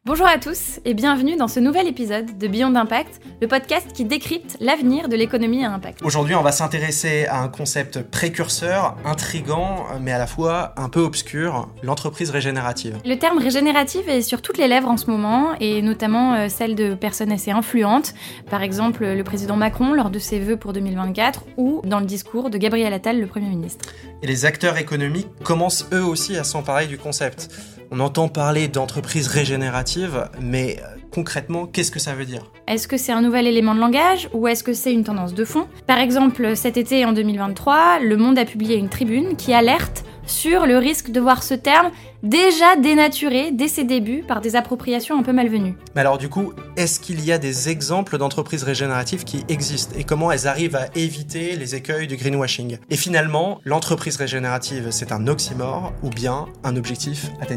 Bonjour à tous et bienvenue dans ce nouvel épisode de Beyond Impact, le podcast qui décrypte l'avenir de l'économie à impact. Aujourd'hui, on va s'intéresser à un concept précurseur, intriguant, mais à la fois un peu obscur, l'entreprise régénérative. Le terme régénérative est sur toutes les lèvres en ce moment, et notamment celle de personnes assez influentes, par exemple le président Macron lors de ses vœux pour 2024, ou dans le discours de Gabriel Attal, le Premier ministre. Et les acteurs économiques commencent eux aussi à s'emparer du concept. On entend parler d'entreprise régénérative, mais concrètement, qu'est-ce que ça veut dire ? Est-ce que c'est un nouvel élément de langage ou est-ce que c'est une tendance de fond ? Par exemple, cet été en 2023, Le Monde a publié une tribune qui alerte sur le risque de voir ce terme déjà dénaturé dès ses débuts par des appropriations un peu malvenues. Mais alors du coup, est-ce qu'il y a des exemples d'entreprises régénératives qui existent et comment elles arrivent à éviter les écueils du greenwashing ? Et finalement, l'entreprise régénérative, c'est un oxymore ou bien un objectif atteignable ?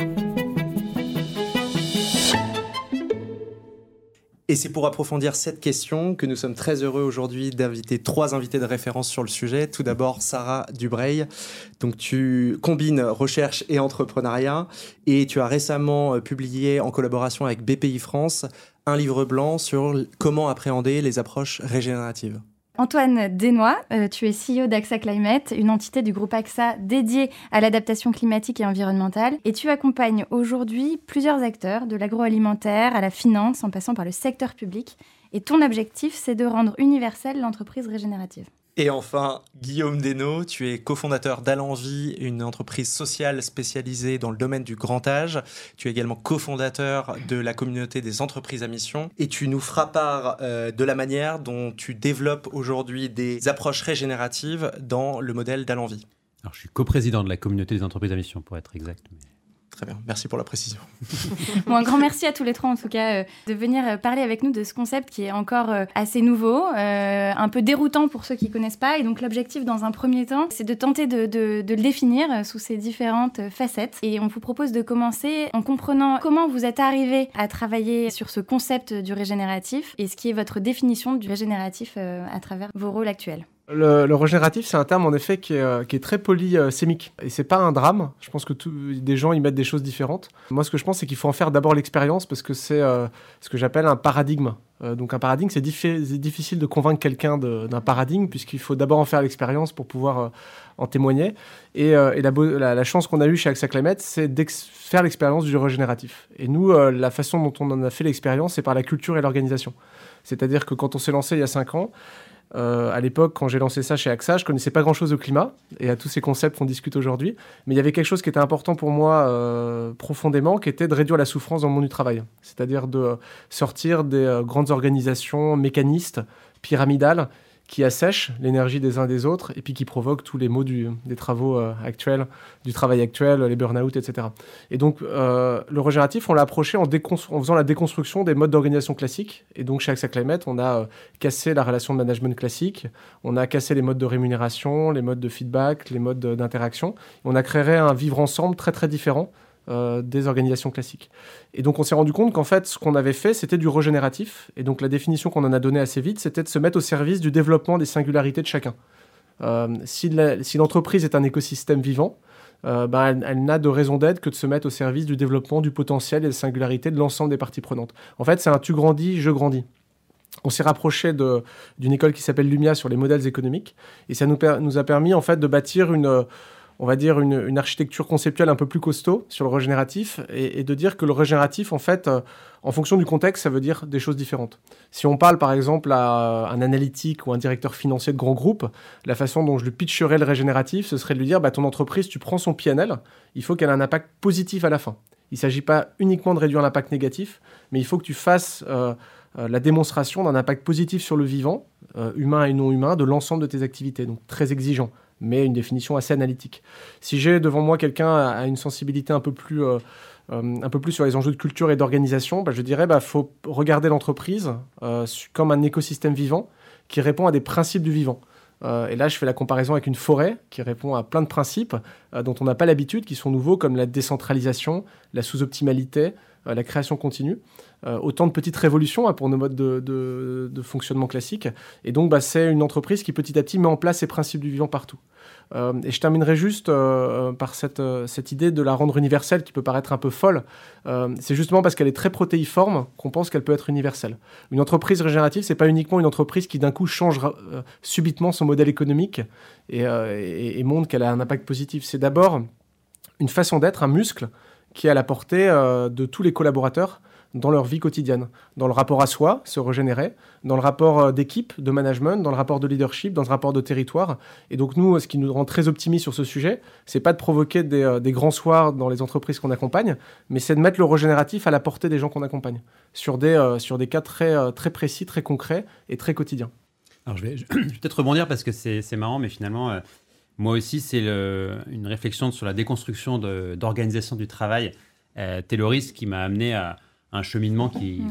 Et c'est pour approfondir cette question que nous sommes très heureux aujourd'hui d'inviter 3 invités de référence sur le sujet. Tout d'abord, Sarah Dubreuil. Donc, tu combines recherche et entrepreneuriat et tu as récemment publié en collaboration avec BPI France un livre blanc sur comment appréhender les approches régénératives. Antoine Desnois, tu es CEO d'AXA Climate, une entité du groupe AXA dédiée à l'adaptation climatique et environnementale. Et tu accompagnes aujourd'hui plusieurs acteurs, de l'agroalimentaire à la finance, en passant par le secteur public. Et ton objectif, c'est de rendre universelle l'entreprise régénérative. Et enfin, Guillaume Desnaux, tu es cofondateur d'Allenvie, une entreprise sociale spécialisée dans le domaine du grand âge. Tu es également cofondateur de la communauté des entreprises à mission. Et tu nous feras part de la manière dont tu développes aujourd'hui des approches régénératives dans le modèle d'Allenvie. Alors, je suis coprésident de la communauté des entreprises à mission, pour être exact. Très bien, merci pour la précision. Bon, un grand merci à tous les 3 en tout cas de venir parler avec nous de ce concept qui est encore assez nouveau, un peu déroutant pour ceux qui ne connaissent pas. Et donc l'objectif dans un premier temps, c'est de tenter de le définir sous ses différentes facettes. Et on vous propose de commencer en comprenant comment vous êtes arrivé à travailler sur ce concept du régénératif et ce qui est votre définition du régénératif à travers vos rôles actuels. Le régénératif, c'est un terme en effet qui est très polysémique. Et c'est pas un drame. Je pense que des gens y mettent des choses différentes. Moi, ce que je pense, c'est qu'il faut en faire d'abord l'expérience parce que c'est ce que j'appelle un paradigme. Donc un paradigme, c'est difficile de convaincre quelqu'un d'un paradigme puisqu'il faut d'abord en faire l'expérience pour pouvoir en témoigner. Et la chance qu'on a eue chez AXA Climate, c'est de faire l'expérience du régénératif. Et nous, la façon dont on en a fait l'expérience, c'est par la culture et l'organisation. C'est-à-dire que quand on s'est lancé il y a 5 ans, à l'époque, quand j'ai lancé ça chez AXA, je ne connaissais pas grand-chose au climat et à tous ces concepts qu'on discute aujourd'hui. Mais il y avait quelque chose qui était important pour moi profondément, qui était de réduire la souffrance dans le monde du travail. C'est-à-dire de sortir des grandes organisations mécanistes, pyramidales, qui assèchent l'énergie des uns des autres et puis qui provoquent tous les maux des travaux actuels, du travail actuel, les burn-out, etc. Et donc, le régénératif, on l'a approché en faisant la déconstruction des modes d'organisation classiques. Et donc, chez AXA Climate, on a cassé la relation de management classique, on a cassé les modes de rémunération, les modes de feedback, les modes d'interaction. On a créé un vivre ensemble très, très différent des organisations classiques. Et donc, on s'est rendu compte qu'en fait, ce qu'on avait fait, c'était du régénératif. Et donc, la définition qu'on en a donnée assez vite, c'était de se mettre au service du développement des singularités de chacun. Si l'entreprise est un écosystème vivant, elle n'a de raison d'être que de se mettre au service du développement du potentiel et des singularités de l'ensemble des parties prenantes. En fait, c'est un tu grandis, je grandis. On s'est rapproché d'une école qui s'appelle Lumia sur les modèles économiques. Et ça nous a permis, en fait, de bâtir une architecture conceptuelle un peu plus costaud sur le régénératif et de dire que le régénératif, en fait, en fonction du contexte, ça veut dire des choses différentes. Si on parle, par exemple, à un analytique ou un directeur financier de grand groupe, la façon dont je lui pitcherais le régénératif, ce serait de lui dire ton entreprise, tu prends son PNL, il faut qu'elle ait un impact positif à la fin. Il ne s'agit pas uniquement de réduire l'impact négatif, mais il faut que tu fasses la démonstration d'un impact positif sur le vivant, humain et non humain, de l'ensemble de tes activités. Donc très exigeant, mais une définition assez analytique. Si j'ai devant moi quelqu'un à une sensibilité un peu plus sur les enjeux de culture et d'organisation, je dirais faut regarder l'entreprise comme un écosystème vivant qui répond à des principes du vivant. Et là, je fais la comparaison avec une forêt qui répond à plein de principes dont on n'a pas l'habitude, qui sont nouveaux, comme la décentralisation, la sous-optimalité, la création continue. Autant de petites révolutions pour nos modes de fonctionnement classiques. Et donc, c'est une entreprise qui, petit à petit, met en place ces principes du vivant partout. Et je terminerai juste par cette idée de la rendre universelle qui peut paraître un peu folle. C'est justement parce qu'elle est très protéiforme qu'on pense qu'elle peut être universelle. Une entreprise régénérative, c'est pas uniquement une entreprise qui d'un coup change subitement son modèle économique et montre qu'elle a un impact positif. C'est d'abord une façon d'être, un muscle qui est à la portée de tous les collaborateurs dans leur vie quotidienne, dans le rapport à soi, se régénérer, dans le rapport d'équipe, de management, dans le rapport de leadership, dans le rapport de territoire. Et donc nous, ce qui nous rend très optimistes sur ce sujet, c'est pas de provoquer des grands soirs dans les entreprises qu'on accompagne, mais c'est de mettre le régénératif à la portée des gens qu'on accompagne, sur des cas très, très précis, très concrets et très quotidiens. Alors je vais peut-être rebondir parce que c'est marrant, mais finalement, moi aussi, c'est une réflexion sur la déconstruction d'organisation du travail Tayloris qui m'a amené à un cheminement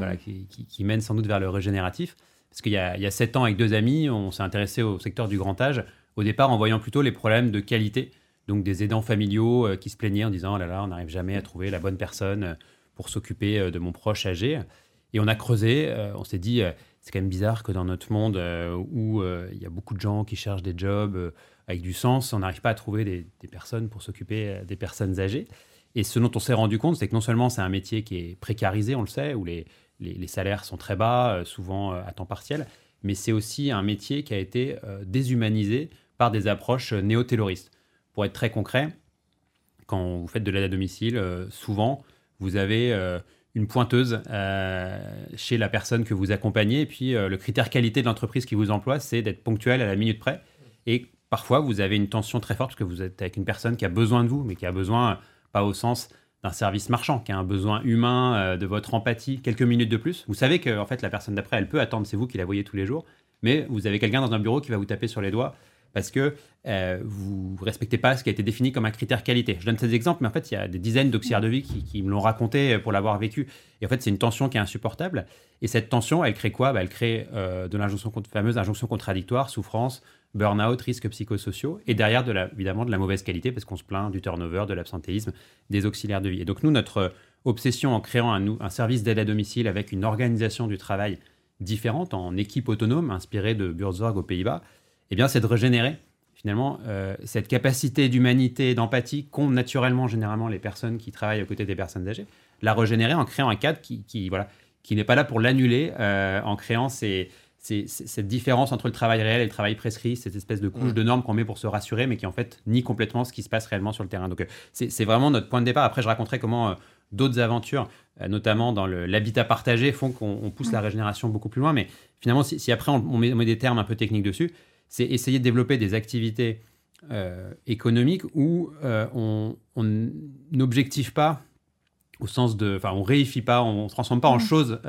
qui mène sans doute vers le régénératif. Parce qu'il y a 7 ans, avec 2 amis, on s'est intéressé au secteur du grand âge, au départ en voyant plutôt les problèmes de qualité, donc des aidants familiaux qui se plaignaient en disant « Oh là là, on n'arrive jamais à trouver la bonne personne pour s'occuper de mon proche âgé ». Et on a creusé, on s'est dit c'est quand même bizarre que dans notre monde où il y a beaucoup de gens qui cherchent des jobs avec du sens, on n'arrive pas à trouver des personnes pour s'occuper des personnes âgées. Et ce dont on s'est rendu compte, c'est que non seulement c'est un métier qui est précarisé, on le sait, où les salaires sont très bas, souvent à temps partiel, mais c'est aussi un métier qui a été déshumanisé par des approches néo-tayloristes. Pour être très concret, quand vous faites de l'aide à domicile, souvent, vous avez une pointeuse chez la personne que vous accompagnez, et puis le critère qualité de l'entreprise qui vous emploie, c'est d'être ponctuel à la minute près. Et parfois, vous avez une tension très forte parce que vous êtes avec une personne qui a besoin de vous, mais qui a besoin... pas au sens d'un service marchand, qui a un besoin humain, de votre empathie, quelques minutes de plus. Vous savez que en fait, la personne d'après, elle peut attendre, c'est vous qui la voyez tous les jours, mais vous avez quelqu'un dans un bureau qui va vous taper sur les doigts parce que vous ne respectez pas ce qui a été défini comme un critère qualité. Je donne ces exemples, mais en fait, il y a des dizaines d'auxiliaires de vie qui me l'ont raconté pour l'avoir vécu. Et en fait, c'est une tension qui est insupportable. Et cette tension, elle crée quoi ? Elle crée de fameuse injonction contradictoire, souffrance, burn-out, risques psychosociaux, et derrière, évidemment, de la mauvaise qualité, parce qu'on se plaint du turnover, de l'absentéisme, des auxiliaires de vie. Et donc, nous, notre obsession en créant un service d'aide à domicile avec une organisation du travail différente, en équipe autonome, inspirée de Buurtzorg aux Pays-Bas, eh bien, c'est de régénérer, finalement, cette capacité d'humanité et d'empathie qu'ont naturellement, généralement, les personnes qui travaillent aux côtés des personnes âgées, la régénérer en créant un cadre qui n'est pas là pour l'annuler, en créant cette différence entre le travail réel et le travail prescrit, cette espèce de couche de normes qu'on met pour se rassurer, mais qui en fait nie complètement ce qui se passe réellement sur le terrain. Donc c'est vraiment notre point de départ. Après, je raconterai comment d'autres aventures, notamment dans l'habitat partagé, font qu'on pousse la régénération beaucoup plus loin. Mais finalement, si après on met des termes un peu techniques dessus, c'est essayer de développer des activités économiques où on n'objective pas au sens de... Enfin, on réifie pas, on ne transforme pas en choses...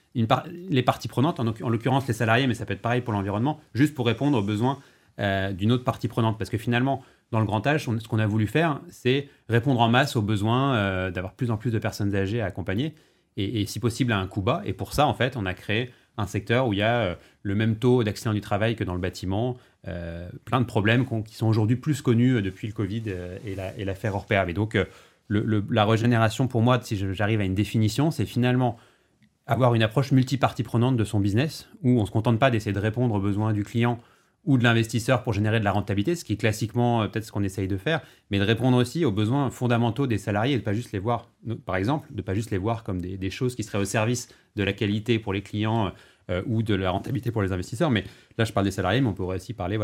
les parties prenantes, en l'occurrence les salariés, mais ça peut être pareil pour l'environnement, juste pour répondre aux besoins d'une autre partie prenante. Parce que finalement, dans le grand âge, ce qu'on a voulu faire, c'est répondre en masse aux besoins d'avoir plus en plus de personnes âgées à accompagner, et si possible à un coût bas. Et pour ça, en fait, on a créé un secteur où il y a le même taux d'accidents du travail que dans le bâtiment, plein de problèmes qui sont aujourd'hui plus connus depuis le Covid et l'affaire Orpea. Et donc, la régénération, pour moi, si j'arrive à une définition, c'est finalement avoir une approche multi-partie prenante de son business, où on ne se contente pas d'essayer de répondre aux besoins du client ou de l'investisseur pour générer de la rentabilité, ce qui est classiquement peut-être ce qu'on essaye de faire, mais de répondre aussi aux besoins fondamentaux des salariés et de ne pas juste les voir, par exemple, de ne pas juste les voir comme des choses qui seraient au service de la qualité pour les clients ou de la rentabilité pour les investisseurs. Mais là, je parle des salariés, mais on pourrait aussi parler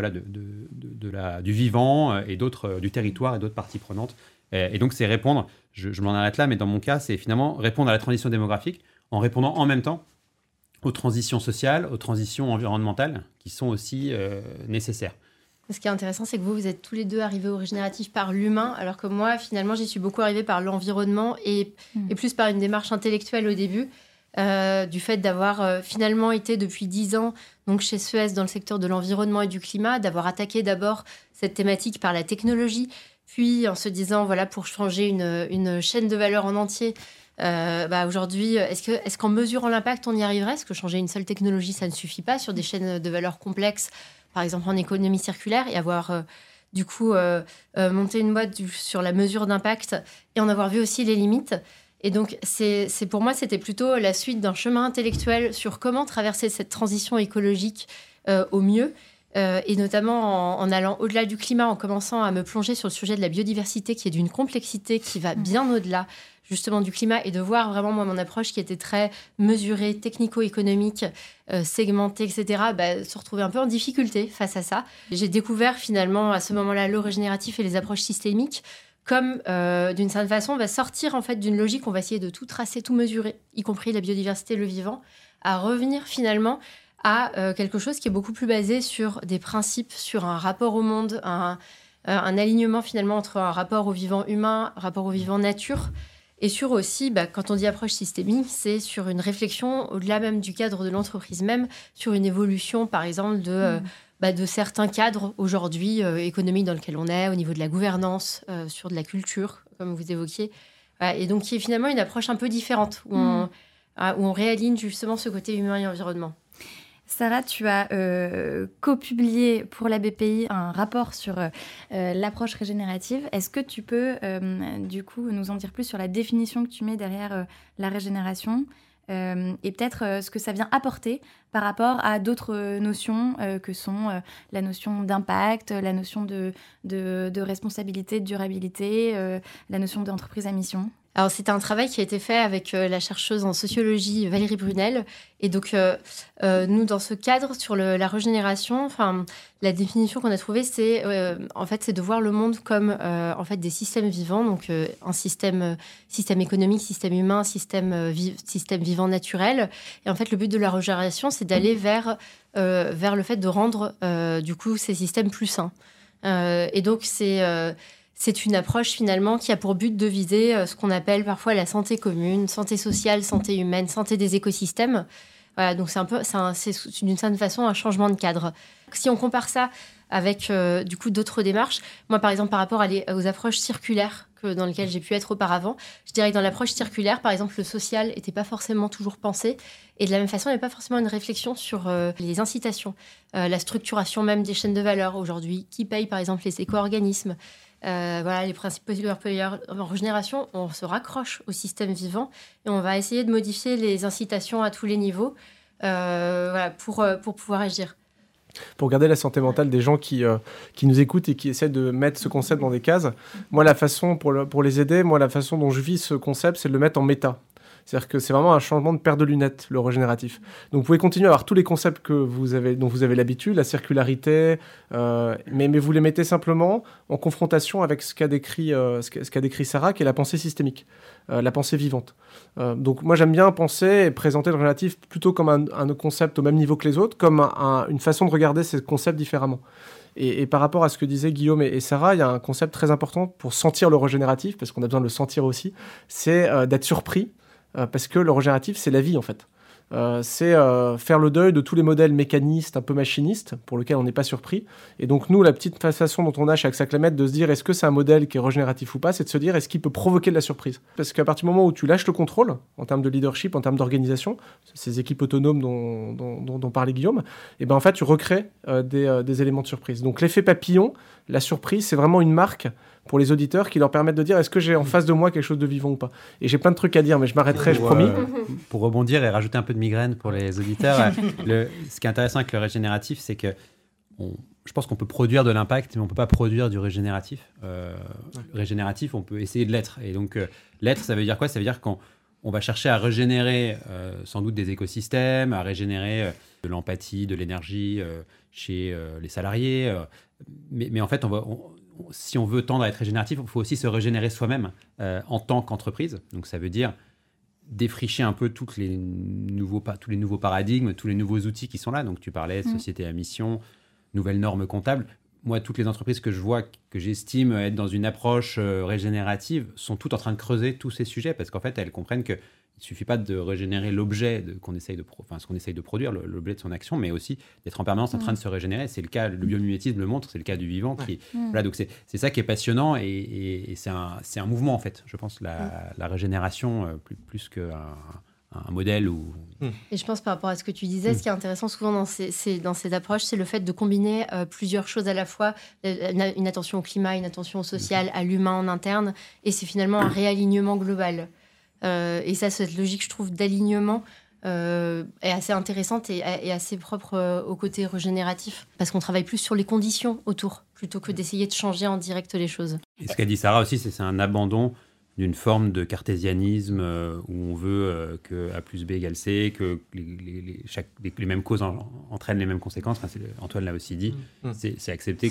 du vivant et du territoire et d'autres parties prenantes. Et donc, c'est répondre, je m'en arrête là, mais dans mon cas, c'est finalement répondre à la transition démographique en répondant en même temps aux transitions sociales, aux transitions environnementales qui sont aussi nécessaires. Ce qui est intéressant, c'est que vous êtes tous les deux arrivés au régénératif par l'humain, alors que moi, finalement, j'y suis beaucoup arrivée par l'environnement et plus par une démarche intellectuelle au début, du fait d'avoir finalement été depuis 10 ans donc chez Suez dans le secteur de l'environnement et du climat, d'avoir attaqué d'abord cette thématique par la technologie, puis en se disant, voilà, pour changer une chaîne de valeur en entier, aujourd'hui, est-ce qu'en mesurant l'impact, on y arriverait ? Est-ce que changer une seule technologie, ça ne suffit pas sur des chaînes de valeur complexes, par exemple en économie circulaire, et avoir monté une boîte sur la mesure d'impact et en avoir vu aussi les limites. Et donc, pour moi, c'était plutôt la suite d'un chemin intellectuel sur comment traverser cette transition écologique au mieux. Et notamment en allant au-delà du climat, en commençant à me plonger sur le sujet de la biodiversité, qui est d'une complexité qui va bien au-delà justement du climat, et de voir vraiment, moi, mon approche qui était très mesurée, technico-économique, segmentée, etc., se retrouver un peu en difficulté face à ça. J'ai découvert finalement à ce moment-là le régénératif et les approches systémiques comme, d'une certaine façon, on va sortir en fait d'une logique, on va essayer de tout tracer, tout mesurer, y compris la biodiversité, le vivant, à revenir finalement à quelque chose qui est beaucoup plus basé sur des principes, sur un rapport au monde, un alignement finalement entre un rapport au vivant humain, un rapport au vivant nature, et sur aussi, quand on dit approche systémique, c'est sur une réflexion au-delà même du cadre de l'entreprise même, sur une évolution par exemple de certains cadres aujourd'hui économiques dans lesquels on est, au niveau de la gouvernance, sur de la culture, comme vous évoquiez. Et donc, qui est finalement une approche un peu différente, où on réaligne justement ce côté humain et environnement. Sarah, tu as co-publié pour la BPI un rapport sur l'approche régénérative. Est-ce que tu peux, du coup, nous en dire plus sur la définition que tu mets derrière la régénération et peut-être ce que ça vient apporter par rapport à d'autres notions que sont la notion d'impact, la notion de responsabilité, de durabilité, la notion d'entreprise à mission? Alors, c'était un travail qui a été fait avec la chercheuse en sociologie Valérie Brunel. Et donc, nous, dans ce cadre, sur la régénération, la définition qu'on a trouvée, c'est de voir le monde comme des systèmes vivants. Donc, un système économique, système humain, système vivant naturel. Et en fait, le but de la régénération, c'est d'aller vers le fait de rendre, du coup, ces systèmes plus sains. Et donc, c'est une approche finalement qui a pour but de viser ce qu'on appelle parfois la santé commune, santé sociale, santé humaine, santé des écosystèmes. Voilà, donc c'est d'une certaine façon un changement de cadre. Si on compare ça avec du coup d'autres démarches, moi par exemple par rapport aux approches circulaires dans lesquelles j'ai pu être auparavant, je dirais que dans l'approche circulaire, par exemple, le social n'était pas forcément toujours pensé, et de la même façon, il n'y avait pas forcément une réflexion sur les incitations, la structuration même des chaînes de valeur aujourd'hui, qui paye par exemple les éco-organismes. Les principaux payeurs en régénération, on se raccroche au système vivant et on va essayer de modifier les incitations à tous les niveaux pour pouvoir agir. Pour garder la santé mentale des gens qui nous écoutent et qui essaient de mettre ce concept dans des cases, moi la façon pour les aider, la façon dont je vis ce concept, c'est de le mettre en méta. C'est-à-dire que c'est vraiment un changement de paire de lunettes, le régénératif. Donc vous pouvez continuer à avoir tous les concepts dont vous avez l'habitude, la circularité, mais vous les mettez simplement en confrontation avec ce qu'a décrit Sarah, qui est la pensée systémique, la pensée vivante. Donc moi j'aime bien penser et présenter le régénératif plutôt comme un concept au même niveau que les autres, comme une façon de regarder ces concepts différemment. Et par rapport à ce que disaient Guillaume et Sarah, il y a un concept très important pour sentir le régénératif, parce qu'on a besoin de le sentir aussi, c'est d'être surpris. Parce que le régénératif, c'est la vie, en fait. C'est faire le deuil de tous les modèles mécanistes, un peu machinistes, pour lesquels on n'est pas surpris. Et donc, nous, la petite façon dont on a chez Axaclamette de se dire est-ce que c'est un modèle qui est régénératif ou pas, c'est de se dire est-ce qu'il peut provoquer de la surprise. Parce qu'à partir du moment où tu lâches le contrôle, en termes de leadership, en termes d'organisation, ces équipes autonomes dont parlait Guillaume, et ben en fait, tu recrées des éléments de surprise. Donc, l'effet papillon, la surprise, c'est vraiment une marque pour les auditeurs qui leur permettent de dire est-ce que j'ai en face de moi quelque chose de vivant ou pas. Et j'ai plein de trucs à dire, mais je m'arrêterai, je promis. Pour rebondir et rajouter un peu de migraine pour les auditeurs, ce qui est intéressant avec le régénératif, c'est que je pense qu'on peut produire de l'impact, mais on ne peut pas produire du régénératif. Régénératif, on peut essayer de l'être. Et donc, l'être, ça veut dire quoi ? Ça veut dire qu'on va chercher à régénérer sans doute des écosystèmes, à régénérer de l'empathie, de l'énergie chez les salariés. Mais en fait, si on veut tendre à être régénératif, il faut aussi se régénérer soi-même en tant qu'entreprise. Donc ça veut dire défricher un peu tous les nouveaux paradigmes, tous les nouveaux outils qui sont là. Donc tu parlais de société à mission, nouvelles normes comptables. Moi, toutes les entreprises que je vois, que j'estime être dans une approche régénérative, sont toutes en train de creuser tous ces sujets parce qu'en fait, elles comprennent que il ne suffit pas de régénérer l'objet ce qu'on essaye de produire, l'objet de son action, mais aussi d'être en permanence en train de se régénérer. C'est le cas, le biomimétisme le montre, c'est le cas du vivant. Voilà, donc c'est ça qui est passionnant et c'est un mouvement, en fait, je pense, la régénération, plus qu'un modèle. Et je pense par rapport à ce que tu disais, ce qui est intéressant souvent dans ces approches, c'est le fait de combiner plusieurs choses à la fois, une attention au climat, une attention au social, à l'humain en interne, et c'est finalement un réalignement global. Et ça, cette logique, je trouve, d'alignement est assez intéressante et assez propre au côté régénératif, parce qu'on travaille plus sur les conditions autour, plutôt que d'essayer de changer en direct les choses. Et ce qu'a dit Sarah aussi, c'est un abandon d'une forme de cartésianisme où on veut que A plus B égale C, que les mêmes causes entraînent les mêmes conséquences. Enfin, Antoine l'a aussi dit. C'est accepter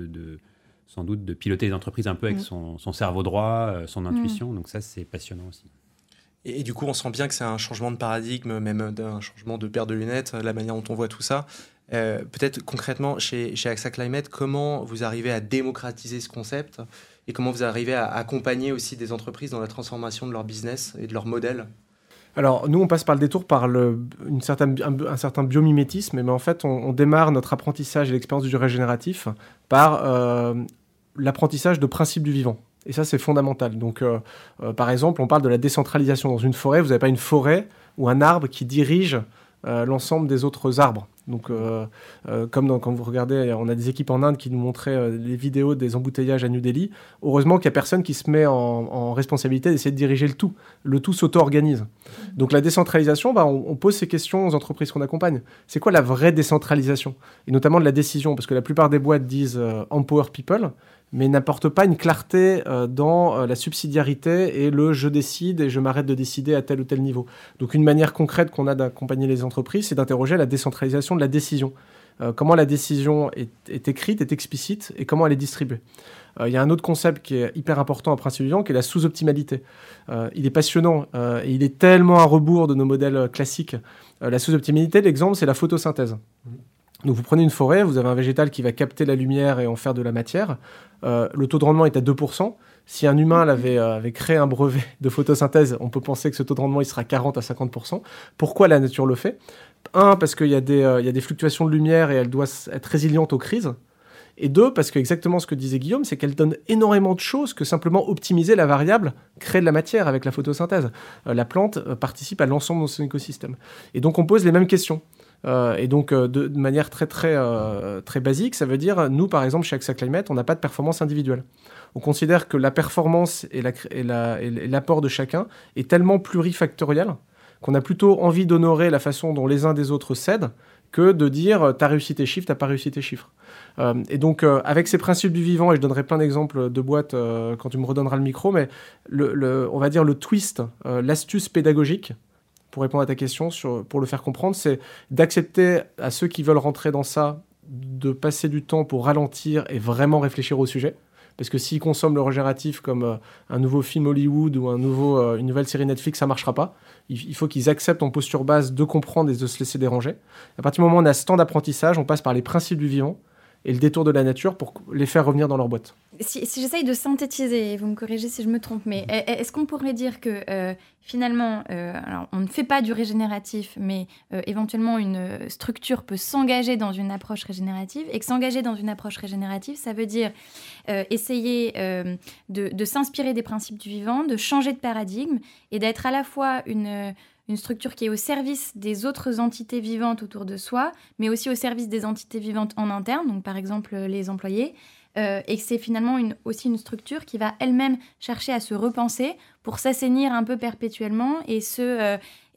sans doute de piloter les entreprises un peu avec son cerveau droit, son intuition. Donc ça, c'est passionnant aussi. Et du coup, on sent bien que c'est un changement de paradigme, même un changement de paire de lunettes, la manière dont on voit tout ça. Peut-être concrètement, chez AXA Climate, comment vous arrivez à démocratiser ce concept et comment vous arrivez à accompagner aussi des entreprises dans la transformation de leur business et de leur modèle? Alors, nous, on passe par le détour par un certain biomimétisme, mais en fait, on démarre notre apprentissage et l'expérience du régénératif par l'apprentissage de principes du vivant. Et ça, c'est fondamental. Donc, par exemple, on parle de la décentralisation. Dans une forêt, vous n'avez pas une forêt ou un arbre qui dirige l'ensemble des autres arbres. Donc, quand vous regardez, on a des équipes en Inde qui nous montraient les vidéos des embouteillages à New Delhi. Heureusement qu'il n'y a personne qui se met en responsabilité d'essayer de diriger le tout. Le tout s'auto-organise. Donc, la décentralisation, on pose ces questions aux entreprises qu'on accompagne. C'est quoi la vraie décentralisation? Et notamment de la décision, parce que la plupart des boîtes disent « empower people », mais n'apporte pas une clarté dans la subsidiarité et le « je décide et je m'arrête de décider à tel ou tel niveau ». Donc une manière concrète qu'on a d'accompagner les entreprises, c'est d'interroger la décentralisation de la décision. Comment la décision est écrite, est explicite, et comment elle est distribuée. Il y a un autre concept qui est hyper important en principe vivant, qui est la sous-optimalité. Il est passionnant et il est tellement à rebours de nos modèles classiques. La sous-optimalité, l'exemple, c'est la photosynthèse. Donc vous prenez une forêt, vous avez un végétal qui va capter la lumière et en faire de la matière. Le taux de rendement est à 2%. Si un humain avait créé un brevet de photosynthèse, on peut penser que ce taux de rendement il sera 40 à 50%. Pourquoi la nature le fait? Parce qu'il y a des fluctuations de lumière et elle doit être résiliente aux crises. Et deux, parce que exactement ce que disait Guillaume, c'est qu'elle donne énormément de choses que simplement optimiser la variable, créer de la matière avec la photosynthèse. La plante participe à l'ensemble de son écosystème. Et donc on pose les mêmes questions. Et donc de manière très basique, ça veut dire, nous par exemple chez AXA Climate, on n'a pas de performance individuelle. On considère que la performance et l'apport de chacun est tellement plurifactoriel qu'on a plutôt envie d'honorer la façon dont les uns des autres s'aident que de dire t'as réussi tes chiffres, t'as pas réussi tes chiffres. Et donc avec ces principes du vivant, et je donnerai plein d'exemples de boîtes quand tu me redonneras le micro, mais on va dire le twist, l'astuce pédagogique, pour répondre à ta question, pour le faire comprendre, c'est d'accepter à ceux qui veulent rentrer dans ça, de passer du temps pour ralentir et vraiment réfléchir au sujet. Parce que s'ils consomment le régénératif comme un nouveau film Hollywood ou une nouvelle série Netflix, ça ne marchera pas. Il faut qu'ils acceptent en posture basse de comprendre et de se laisser déranger. À partir du moment où on a ce temps d'apprentissage, on passe par les principes du vivant et le détour de la nature pour les faire revenir dans leur boîte. Si j'essaye de synthétiser, vous me corrigez si je me trompe, mais est-ce qu'on pourrait dire que finalement, alors on ne fait pas du régénératif, mais éventuellement une structure peut s'engager dans une approche régénérative, et que s'engager dans une approche régénérative, ça veut dire essayer de s'inspirer des principes du vivant, de changer de paradigme, et d'être à la fois une structure qui est au service des autres entités vivantes autour de soi, mais aussi au service des entités vivantes en interne, donc par exemple les employés, et que c'est finalement aussi une structure qui va elle-même chercher à se repenser pour s'assainir un peu perpétuellement et se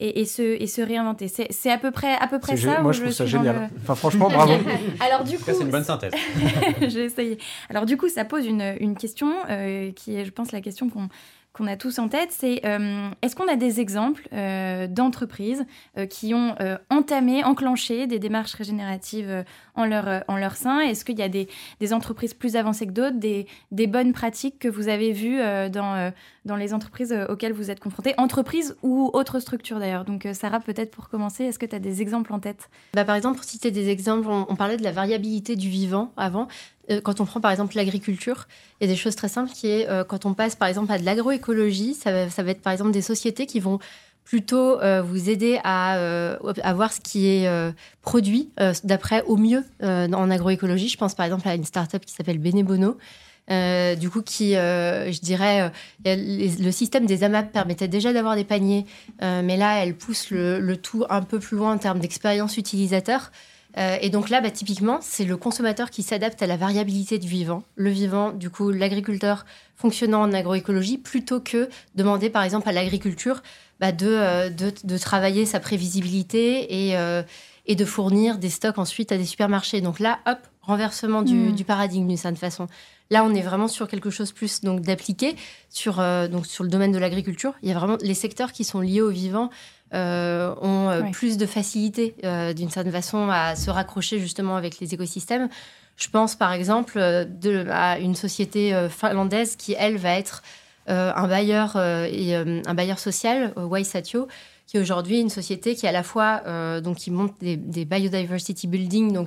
réinventer. C'est à peu près ça. Moi, je trouve ça génial. Enfin, franchement, bravo. Alors du coup, c'est une bonne synthèse. J'ai essayé. Alors du coup, ça pose une question qui est, je pense, la question qu'on a tous en tête, c'est est-ce qu'on a des exemples d'entreprises qui ont enclenché des démarches régénératives en leur sein? Est-ce qu'il y a des entreprises plus avancées que d'autres, des bonnes pratiques que vous avez vues dans les entreprises auxquelles vous êtes confrontés, entreprises ou autres structures d'ailleurs? Donc Sarah, peut-être pour commencer, est-ce que tu as des exemples en tête? Par exemple, pour citer des exemples, on parlait de la variabilité du vivant avant. Quand on prend par exemple l'agriculture, il y a des choses très simples qui est quand on passe par exemple à de l'agroécologie, ça va être par exemple des sociétés qui vont plutôt vous aider à voir ce qui est produit d'après au mieux en agroécologie. Je pense par exemple à une start-up qui s'appelle Benebono. Du coup, je dirais, le système des AMAP permettait déjà d'avoir des paniers, mais là, elle pousse le tout un peu plus loin en termes d'expérience utilisateur. Et donc là, typiquement, c'est le consommateur qui s'adapte à la variabilité du vivant. Le vivant, du coup, l'agriculteur fonctionnant en agroécologie, plutôt que demander, par exemple, à l'agriculture de travailler sa prévisibilité et de fournir des stocks ensuite à des supermarchés. Donc là, hop, renversement du paradigme d'une certaine façon. Là, on est vraiment sur quelque chose plus donc, d'appliqué sur le domaine de l'agriculture. Il y a vraiment les secteurs qui sont liés au vivant ont plus de facilité d'une certaine façon à se raccrocher justement avec les écosystèmes. Je pense par exemple à une société finlandaise qui, elle, va être un bailleur social, Waisatio, qui est aujourd'hui une société qui à la fois donc qui monte des biodiversity building, donc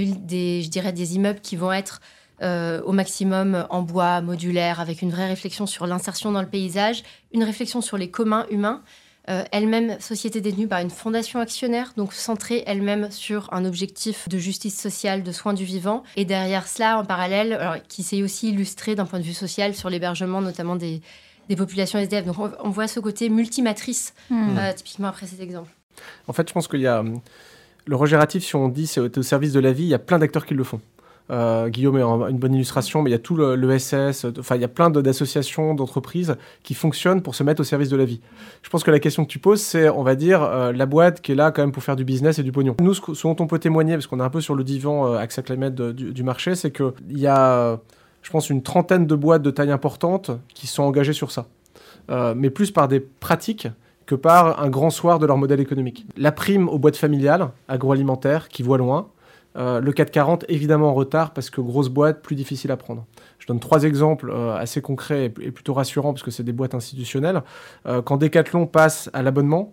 je dirais des immeubles qui vont être au maximum en bois, modulaire, avec une vraie réflexion sur l'insertion dans le paysage, une réflexion sur les communs humains. Elle-même société détenue par une fondation actionnaire, donc centrée elle-même sur un objectif de justice sociale, de soins du vivant. Et derrière cela, en parallèle, alors, qui s'est aussi illustré d'un point de vue social sur l'hébergement, notamment des populations SDF. Donc on voit ce côté multimatrice, typiquement après cet exemple. En fait, je pense qu'il y a le régénératif, si on dit c'est au service de la vie, il y a plein d'acteurs qui le font. Guillaume est une bonne illustration, mais il y a tout l'ESS, il y a plein d'associations, d'entreprises qui fonctionnent pour se mettre au service de la vie. Je pense que la question que tu poses, c'est, on va dire, la boîte qui est là quand même pour faire du business et du pognon. Nous, ce dont on peut témoigner, parce qu'on est un peu sur le divan AXA Climate du marché, c'est qu'il y a, je pense, une trentaine de boîtes de taille importante qui sont engagées sur ça. Mais plus par des pratiques que par un grand soir de leur modèle économique. La prime aux boîtes familiales, agroalimentaires, qui voient loin. Le 440, évidemment en retard parce que grosse boîte, plus difficile à prendre. Je donne 3 exemples assez concrets et plutôt rassurants parce que c'est des boîtes institutionnelles. Quand Decathlon passe à l'abonnement,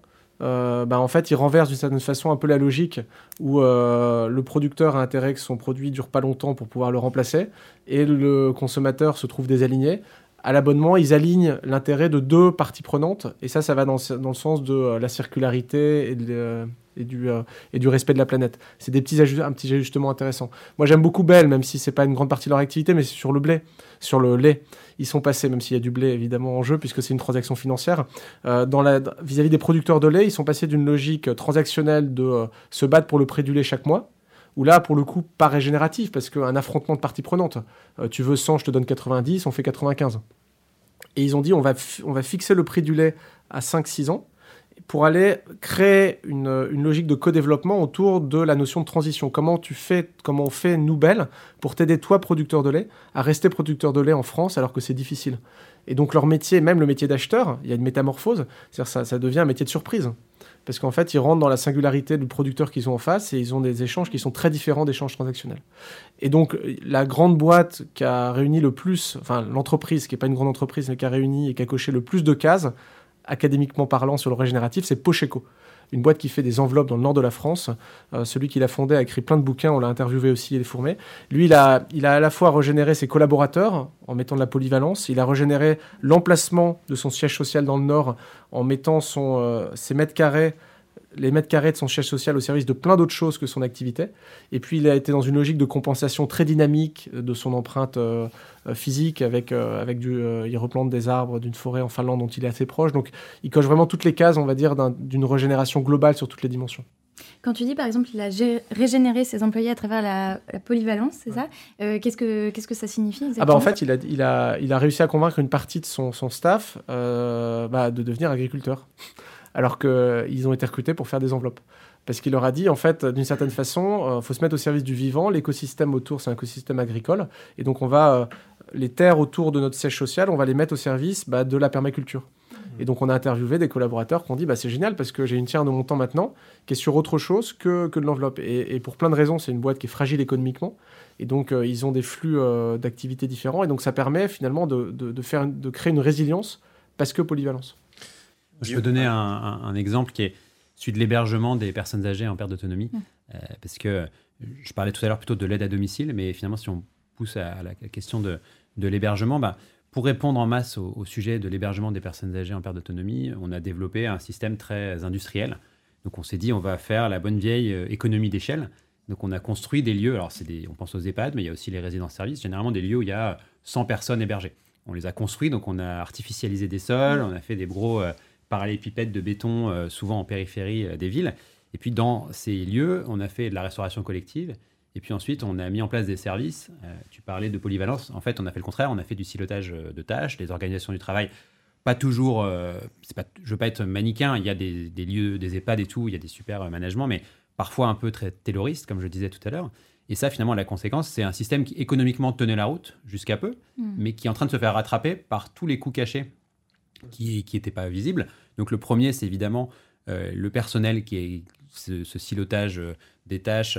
en fait, il renverse d'une certaine façon un peu la logique où le producteur a intérêt que son produit dure pas longtemps pour pouvoir le remplacer et le consommateur se trouve désaligné. À l'abonnement, ils alignent l'intérêt de 2 parties prenantes et ça va dans le sens de la circularité et du respect de la planète. C'est un petit ajustement intéressant. Moi, j'aime beaucoup Bell, même si c'est pas une grande partie de leur activité, mais c'est sur le lait. Ils sont passés, même s'il y a du blé évidemment en jeu, puisque c'est une transaction financière, vis-à-vis des producteurs de lait, ils sont passés d'une logique transactionnelle de se battre pour le prix du lait chaque mois, où là, pour le coup, pas régénératif, parce qu'un affrontement de parties prenantes. Tu veux 100, je te donne 90, on fait 95. Et ils ont dit, on va fixer le prix du lait à 5-6 ans, pour aller créer une logique de co-développement autour de la notion de transition. Comment on fait, nous, Bell, pour t'aider, toi, producteur de lait, à rester producteur de lait en France alors que c'est difficile. Et donc leur métier, même le métier d'acheteur, il y a une métamorphose, c'est-à-dire ça devient un métier de surprise. Parce qu'en fait, ils rentrent dans la singularité du producteur qu'ils ont en face et ils ont des échanges qui sont très différents d'échanges transactionnels. Et donc, la grande boîte qui a réuni le plus, l'entreprise, qui n'est pas une grande entreprise, mais qui a réuni et qui a coché le plus de cases, académiquement parlant sur le régénératif, c'est Pocheco, une boîte qui fait des enveloppes dans le nord de la France. Celui qui l'a fondé a écrit plein de bouquins, on l'a interviewé aussi, il est fourmé. Lui, il a à la fois régénéré ses collaborateurs en mettant de la polyvalence, il a régénéré l'emplacement de son siège social dans le nord en mettant les mètres carrés de son siège social au service de plein d'autres choses que son activité. Et puis, il a été dans une logique de compensation très dynamique de son empreinte physique il replante des arbres d'une forêt en Finlande dont il est assez proche. Donc, il coche vraiment toutes les cases, on va dire, d'une régénération globale sur toutes les dimensions. Quand tu dis, par exemple, il a régénéré ses employés à travers la polyvalence, c'est ça qu'est-ce que ça signifie exactement ? En fait, il a réussi à convaincre une partie de son staff de devenir agriculteur. Alors qu'ils ont été recrutés pour faire des enveloppes. Parce qu'il leur a dit, en fait, d'une certaine façon, faut se mettre au service du vivant. L'écosystème autour, c'est un écosystème agricole. Et donc, on va les terres autour de notre siège social, on va les mettre au service de la permaculture. Et donc, on a interviewé des collaborateurs qui ont dit, c'est génial parce que j'ai une tiers de mon temps maintenant qui est sur autre chose que de l'enveloppe. Et pour plein de raisons, c'est une boîte qui est fragile économiquement. Et donc, ils ont des flux d'activités différents. Et donc, ça permet finalement de créer une résilience parce que polyvalence. Je peux donner un exemple qui est celui de l'hébergement des personnes âgées en perte d'autonomie. Parce que je parlais tout à l'heure plutôt de l'aide à domicile, mais finalement, si on pousse à la question de l'hébergement, pour répondre en masse au sujet de l'hébergement des personnes âgées en perte d'autonomie, on a développé un système très industriel. Donc on s'est dit, on va faire la bonne vieille économie d'échelle. Donc on a construit des lieux, alors on pense aux EHPAD, mais il y a aussi les résidences-services, généralement des lieux où il y a 100 personnes hébergées. On les a construits, donc on a artificialisé des sols, on a fait des gros parallélépipèdes de béton, souvent en périphérie des villes. Et puis dans ces lieux, on a fait de la restauration collective. Et puis ensuite, on a mis en place des services. Tu parlais de polyvalence. En fait, on a fait le contraire. On a fait du silotage de tâches, des organisations du travail. Pas toujours, je ne veux pas être manichéen. Il y a des lieux, des EHPAD et tout. Il y a des super managements, mais parfois un peu très tayloristes, comme je disais tout à l'heure. Et ça, finalement, la conséquence, c'est un système qui économiquement tenait la route jusqu'à peu, mais qui est en train de se faire rattraper par tous les coûts cachés qui n'étaient pas visibles. Donc le premier, c'est évidemment le personnel qui est ce silotage des tâches,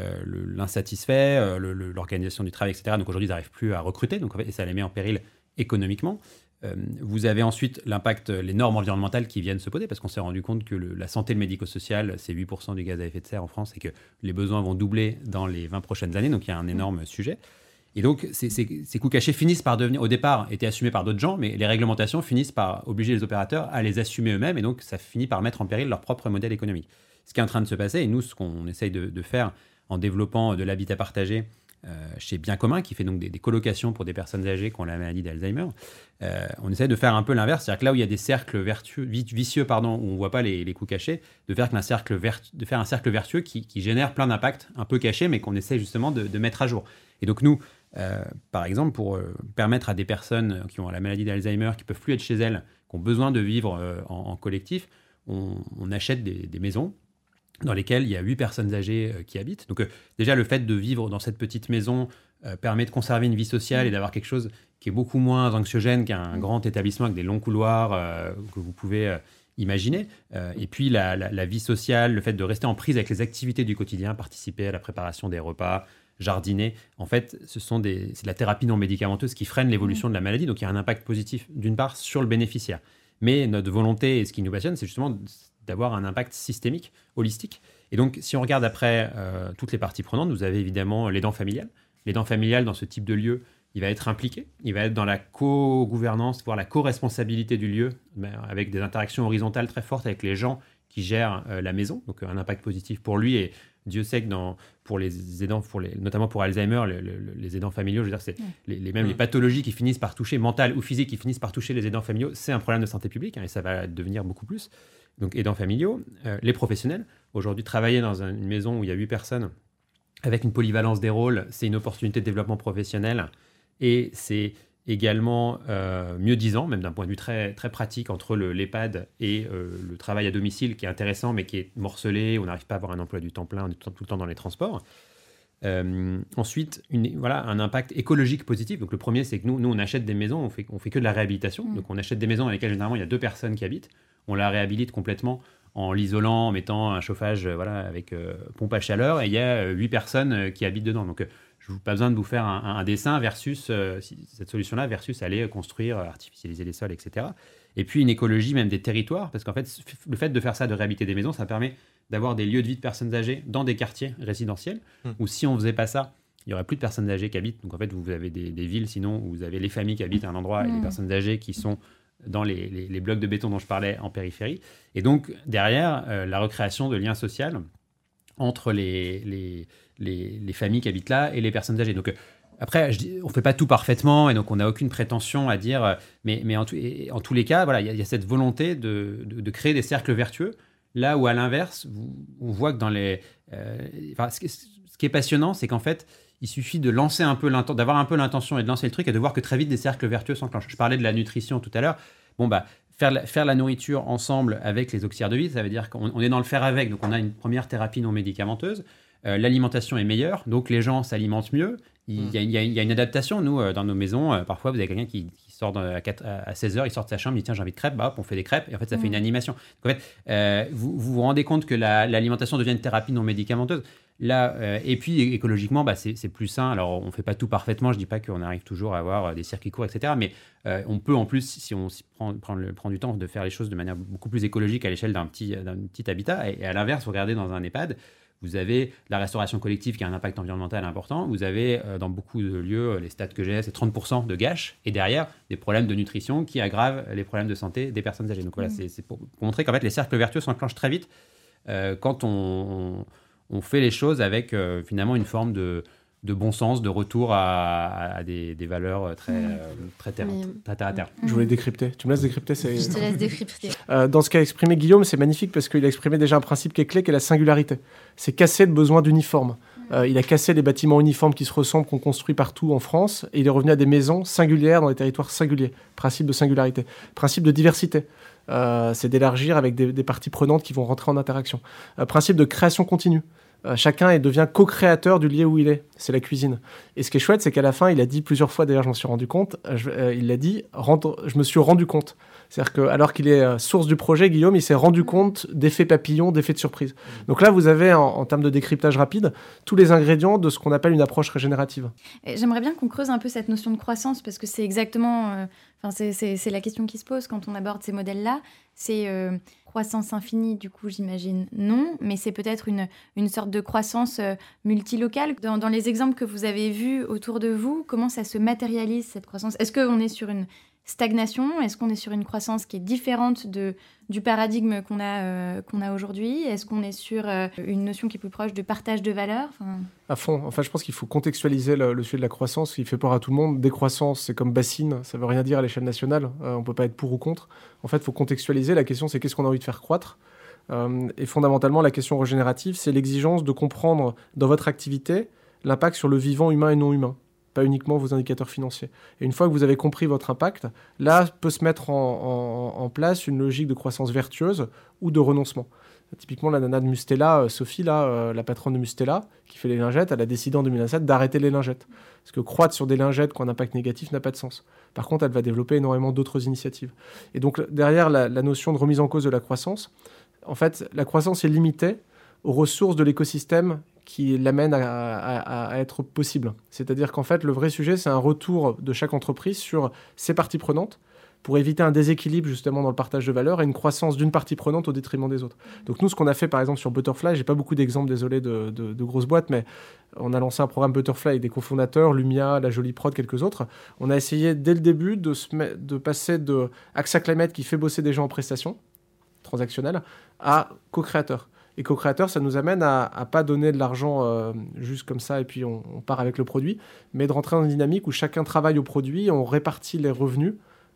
l'insatisfait, l'organisation du travail, etc. Donc aujourd'hui, ils n'arrivent plus à recruter, donc, et ça les met en péril économiquement. Vous avez ensuite l'impact, les normes environnementales qui viennent se poser, parce qu'on s'est rendu compte que la santé, le médico-social, c'est 8% du gaz à effet de serre en France et que les besoins vont doubler dans les 20 prochaines années, donc il y a un énorme sujet. Et donc, ces coûts cachés finissent par devenir, au départ, étaient assumés par d'autres gens, mais les réglementations finissent par obliger les opérateurs à les assumer eux-mêmes, et donc ça finit par mettre en péril leur propre modèle économique. Ce qui est en train de se passer, et nous, ce qu'on essaye de faire en développant de l'habitat partagé chez Bien Commun, qui fait donc des colocations pour des personnes âgées qui ont la maladie d'Alzheimer, on essaie de faire un peu l'inverse, c'est-à-dire que là où il y a des cercles vicieux, où on ne voit pas les coûts cachés, de faire un cercle vertueux qui génère plein d'impacts un peu cachés, mais qu'on essaie justement de mettre à jour. Et donc nous, par exemple, pour permettre à des personnes qui ont la maladie d'Alzheimer, qui ne peuvent plus être chez elles, qui ont besoin de vivre en collectif, on achète des maisons dans lesquelles il y a 8 personnes âgées qui habitent. Donc déjà, le fait de vivre dans cette petite maison permet de conserver une vie sociale et d'avoir quelque chose qui est beaucoup moins anxiogène qu'un grand établissement avec des longs couloirs que vous pouvez imaginer. Et puis la vie sociale, le fait de rester en prise avec les activités du quotidien, participer à la préparation des repas, jardiner, en fait, c'est de la thérapie non médicamenteuse qui freine l'évolution de la maladie. Donc il y a un impact positif, d'une part, sur le bénéficiaire. Mais notre volonté, et ce qui nous passionne, c'est justement d'avoir un impact systémique, holistique. Et donc, si on regarde après toutes les parties prenantes, vous avez évidemment l'aidant familial. L'aidant familial, dans ce type de lieu, il va être impliqué, il va être dans la co-gouvernance, voire la co-responsabilité du lieu, avec des interactions horizontales très fortes avec les gens qui gèrent la maison, donc un impact positif pour lui. Et Dieu sait que pour les aidants, notamment pour Alzheimer, les aidants familiaux, je veux dire, c'est les pathologies qui finissent par toucher, mentales ou physiques, qui finissent par toucher les aidants familiaux, c'est un problème de santé publique, et ça va devenir beaucoup plus. Donc aidants familiaux, les professionnels. Aujourd'hui, travailler dans une maison où il y a 8 personnes, avec une polyvalence des rôles, c'est une opportunité de développement professionnel, et c'est également mieux-disant, même d'un point de vue très, très pratique, entre l'EHPAD et le travail à domicile, qui est intéressant, mais qui est morcelé, on n'arrive pas à avoir un emploi du temps plein, on est tout le temps dans les transports. Ensuite, un impact écologique positif. Donc le premier, c'est que nous on achète des maisons, on fait que de la réhabilitation. Donc on achète des maisons dans lesquelles généralement il y a 2 personnes qui habitent. On la réhabilite complètement en l'isolant, en mettant un chauffage avec pompe à chaleur, et il y a 8 personnes qui habitent dedans. Donc je n'ai pas besoin de vous faire un dessin versus cette solution-là, versus aller construire, artificialiser les sols, etc. Et puis une écologie même des territoires, parce qu'en fait, le fait de faire ça, de réhabiliter des maisons, ça permet d'avoir des lieux de vie de personnes âgées dans des quartiers résidentiels, où si on ne faisait pas ça, il n'y aurait plus de personnes âgées qui habitent. Donc en fait, vous avez des villes, sinon, où vous avez les familles qui habitent à un endroit et les personnes âgées qui sont dans les blocs de béton dont je parlais en périphérie. Et donc, derrière, la recréation de liens sociaux entre les familles qui habitent là et les personnes âgées. Donc, après, on ne fait pas tout parfaitement, et donc on n'a aucune prétention à dire... Mais en tous les cas, voilà, il y a cette volonté de créer des cercles vertueux, là où, à l'inverse, on voit que dans ce qui est passionnant, c'est qu'en fait, il suffit de lancer d'avoir un peu l'intention et de lancer le truc, et de voir que très vite des cercles vertueux s'enclenchent. Je parlais de la nutrition tout à l'heure. Faire la nourriture ensemble avec les auxiliaires de vie, ça veut dire qu'on est dans le faire avec. Donc on a une première thérapie non médicamenteuse. L'alimentation est meilleure, donc les gens s'alimentent mieux. Il y a une adaptation. Nous, dans nos maisons, parfois, vous avez quelqu'un qui sort à 16h, il sort de sa chambre, il dit tiens, j'ai envie de crêpes, hop, on fait des crêpes, et en fait, ça fait une animation. Donc, en fait, vous rendez compte que l'alimentation devient une thérapie non médicamenteuse. Là, et puis, écologiquement, c'est plus sain. Alors, on ne fait pas tout parfaitement, je ne dis pas qu'on arrive toujours à avoir des circuits courts, etc. Mais on peut, en plus, si on prend du temps, de faire les choses de manière beaucoup plus écologique à l'échelle d'un petit habitat. Et à l'inverse, vous regardez dans un EHPAD, vous avez la restauration collective qui a un impact environnemental important. Vous avez, dans beaucoup de lieux, les stats que j'ai, c'est 30% de gâches. Et derrière, des problèmes de nutrition qui aggravent les problèmes de santé des personnes âgées. Donc voilà, c'est pour montrer qu'en fait, les cercles vertueux s'enclenchent très vite quand on fait les choses avec finalement une forme de de bon sens, de retour à des valeurs très terre à terre. Je voulais décrypter. Tu me laisses décrypter? Je te laisse décrypter. Dans ce qu'a exprimé Guillaume, c'est magnifique parce qu'il a exprimé déjà un principe qui est clé, qui est la singularité. C'est casser le besoin d'uniforme. Il a cassé les bâtiments uniformes qui se ressemblent, qu'on construit partout en France, et il est revenu à des maisons singulières dans des territoires singuliers. Principe de singularité. Principe de diversité. C'est d'élargir avec des parties prenantes qui vont rentrer en interaction. Principe de création continue. Chacun devient co-créateur du lieu où il est. C'est la cuisine. Et ce qui est chouette, c'est qu'à la fin, il a dit plusieurs fois, d'ailleurs je m'en suis rendu compte, il a dit, je me suis rendu compte. C'est-à-dire qu'alors qu'il est source du projet, Guillaume, il s'est rendu compte d'effets papillons, d'effets de surprise. Donc là, vous avez, en termes de décryptage rapide, tous les ingrédients de ce qu'on appelle une approche régénérative. J'aimerais bien qu'on creuse un peu cette notion de croissance, parce que c'est exactement... c'est la question qui se pose quand on aborde ces modèles-là. C'est croissance infinie, du coup, j'imagine, non, mais c'est peut-être une sorte de croissance multilocale. Dans les exemples que vous avez vus autour de vous, comment ça se matérialise, cette croissance? Est-ce qu'on est sur une stagnation? Est-ce qu'on est sur une croissance qui est différente du paradigme qu'on a aujourd'hui? Est-ce qu'on est sur une notion qui est plus proche de partage de valeur? À fond. Enfin, je pense qu'il faut contextualiser le sujet de la croissance, qui fait peur à tout le monde. Décroissance, c'est comme bassine, ça ne veut rien dire à l'échelle nationale. On ne peut pas être pour ou contre. En fait, il faut contextualiser. La question, c'est qu'est-ce qu'on a envie de faire croître? Et fondamentalement, la question régénérative, c'est l'exigence de comprendre dans votre activité l'impact sur le vivant humain et non humain. Pas uniquement vos indicateurs financiers. Et une fois que vous avez compris votre impact, là peut se mettre en place une logique de croissance vertueuse ou de renoncement. Typiquement, la nana de Mustela, Sophie, la patronne de Mustela, qui fait les lingettes, elle a décidé en 2007 d'arrêter les lingettes. Parce que croître sur des lingettes qui ont un impact négatif n'a pas de sens. Par contre, elle va développer énormément d'autres initiatives. Et donc, derrière la notion de remise en cause de la croissance, en fait, la croissance est limitée aux ressources de l'écosystème qui l'amène à être possible. C'est-à-dire qu'en fait, le vrai sujet, c'est un retour de chaque entreprise sur ses parties prenantes pour éviter un déséquilibre justement dans le partage de valeur et une croissance d'une partie prenante au détriment des autres. Donc nous, ce qu'on a fait par exemple sur Butterfly, j'ai pas beaucoup d'exemples, désolé, de grosses boîtes, mais on a lancé un programme Butterfly avec des cofondateurs, Lumia, La Jolie Prod, quelques autres. On a essayé dès le début de passer de AXA Climate qui fait bosser des gens en prestations transactionnelles à co-créateurs. Et co-créateur, ça nous amène à pas donner de l'argent juste comme ça et puis on part avec le produit, mais de rentrer dans une dynamique où chacun travaille au produit et on répartit les revenus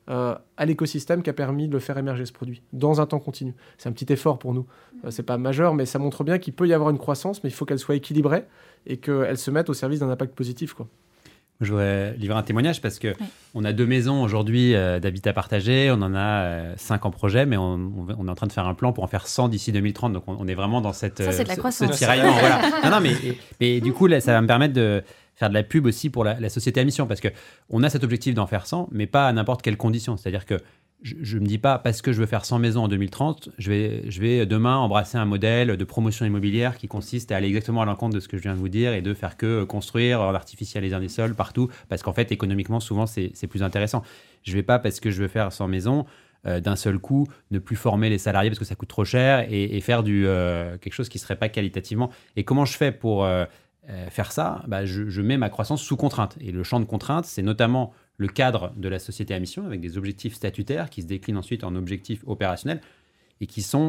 à l'écosystème qui a permis de le faire émerger ce produit, dans un temps continu. C'est un petit effort pour nous. C'est pas majeur, mais ça montre bien qu'il peut y avoir une croissance, mais il faut qu'elle soit équilibrée et qu'elle se mette au service d'un impact positif, quoi. Je voudrais livrer un témoignage parce qu'on a 2 maisons aujourd'hui d'habitat partagé, on en a 5 en projet, mais on est en train de faire un plan pour en faire 100 d'ici 2030. Donc on est vraiment dans cette, ça, c'est de la croissance. ce tiraillement. Voilà. Non, mais du coup, là, ça va me permettre de faire de la pub aussi pour la société à mission parce qu'on a cet objectif d'en faire 100, mais pas à n'importe quelle condition. C'est-à-dire que je ne me dis pas parce que je veux faire 100 maisons en 2030, je vais demain embrasser un modèle de promotion immobilière qui consiste à aller exactement à l'encontre de ce que je viens de vous dire et de faire que construire en artificialisant des sols partout parce qu'en fait économiquement souvent c'est plus intéressant. Je ne vais pas parce que je veux faire 100 maisons d'un seul coup ne plus former les salariés parce que ça coûte trop cher et faire quelque chose qui ne serait pas qualitativement. Et comment je fais pour faire ça? Je mets ma croissance sous contrainte et le champ de contrainte c'est notamment le cadre de la société à mission avec des objectifs statutaires qui se déclinent ensuite en objectifs opérationnels et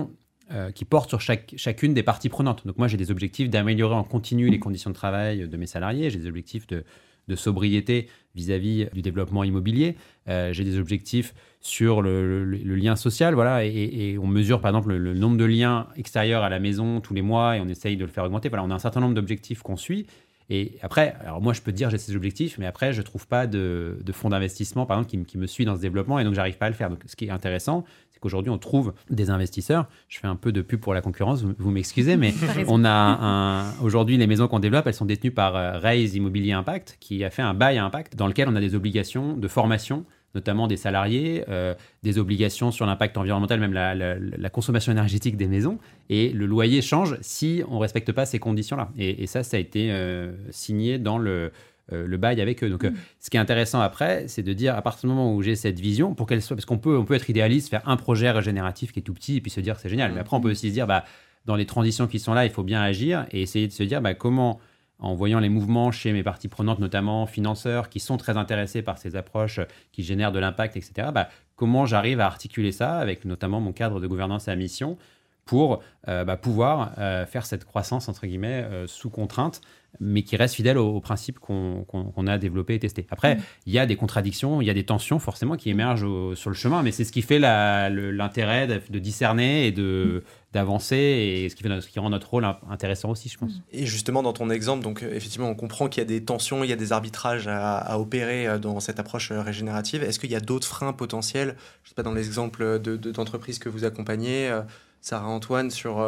qui portent sur chacune des parties prenantes. Donc moi, j'ai des objectifs d'améliorer en continu les conditions de travail de mes salariés, j'ai des objectifs de sobriété vis-à-vis du développement immobilier, j'ai des objectifs sur le lien social, voilà, et on mesure par exemple le nombre de liens extérieurs à la maison tous les mois et on essaye de le faire augmenter. Voilà, on a un certain nombre d'objectifs qu'on suit. Et après, alors moi, je peux te dire j'ai ces objectifs, mais après, je ne trouve pas de fonds d'investissement, par exemple, qui me suit dans ce développement, et donc, je n'arrive pas à le faire. Donc, ce qui est intéressant, c'est qu'aujourd'hui, on trouve des investisseurs. Je fais un peu de pub pour la concurrence, vous m'excusez, mais on a aujourd'hui, les maisons qu'on développe, elles sont détenues par Raise Immobilier Impact, qui a fait un bail à impact, dans lequel on a des obligations de formation, notamment des salariés, des obligations sur l'impact environnemental, même la consommation énergétique des maisons. Et le loyer change si on ne respecte pas ces conditions-là. Et ça a été signé dans le bail avec eux. Donc, ce qui est intéressant après, c'est de dire, à partir du moment où j'ai cette vision, pour qu'elle soit... Parce qu'on peut être idéaliste, faire un projet régénératif qui est tout petit, et puis se dire que c'est génial. Mais après, on peut aussi se dire, dans les transitions qui sont là, il faut bien agir, et essayer de se dire comment... en voyant les mouvements chez mes parties prenantes, notamment financeurs, qui sont très intéressés par ces approches qui génèrent de l'impact, etc., comment j'arrive à articuler ça avec notamment mon cadre de gouvernance et à mission pour pouvoir faire cette croissance, entre guillemets, sous contrainte, mais qui reste fidèle aux principes qu'on a développés et testés. Après, il y a des contradictions, il y a des tensions forcément qui émergent sur le chemin, mais c'est ce qui fait l'intérêt de discerner et d'avancer, et ce qui rend notre rôle intéressant aussi, je pense. Et justement, dans ton exemple, donc effectivement, on comprend qu'il y a des tensions, il y a des arbitrages à opérer dans cette approche régénérative. Est-ce qu'il y a d'autres freins potentiels, je ne sais pas, dans les exemples d'entreprises que vous accompagnez, Sarah, Antoine, sur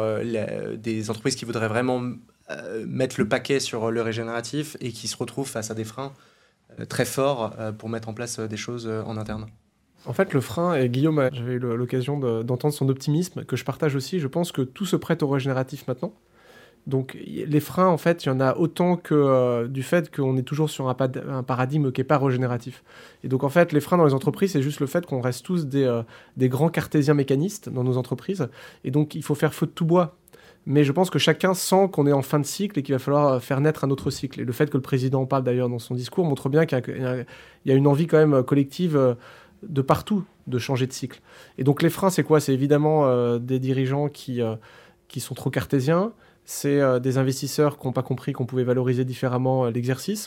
des entreprises qui voudraient vraiment mettre le paquet sur le régénératif et qui se retrouvent face à des freins très forts pour mettre en place des choses en interne? En fait, le frein, et Guillaume, j'avais eu l'occasion d'entendre son optimisme, que je partage aussi. Je pense que tout se prête au régénératif maintenant. Donc, les freins, en fait, il y en a autant que du fait qu'on est toujours sur un paradigme qui n'est pas régénératif. Et donc, en fait, les freins dans les entreprises, c'est juste le fait qu'on reste tous des grands cartésiens mécanistes dans nos entreprises. Et donc, il faut faire feu de tout bois. Mais je pense que chacun sent qu'on est en fin de cycle et qu'il va falloir faire naître un autre cycle. Et le fait que le président en parle d'ailleurs dans son discours montre bien qu'il y a une envie quand même collective de partout de changer de cycle. Et donc les freins, c'est quoi? C'est évidemment des dirigeants qui sont trop cartésiens, c'est des investisseurs qui n'ont pas compris qu'on pouvait valoriser différemment l'exercice,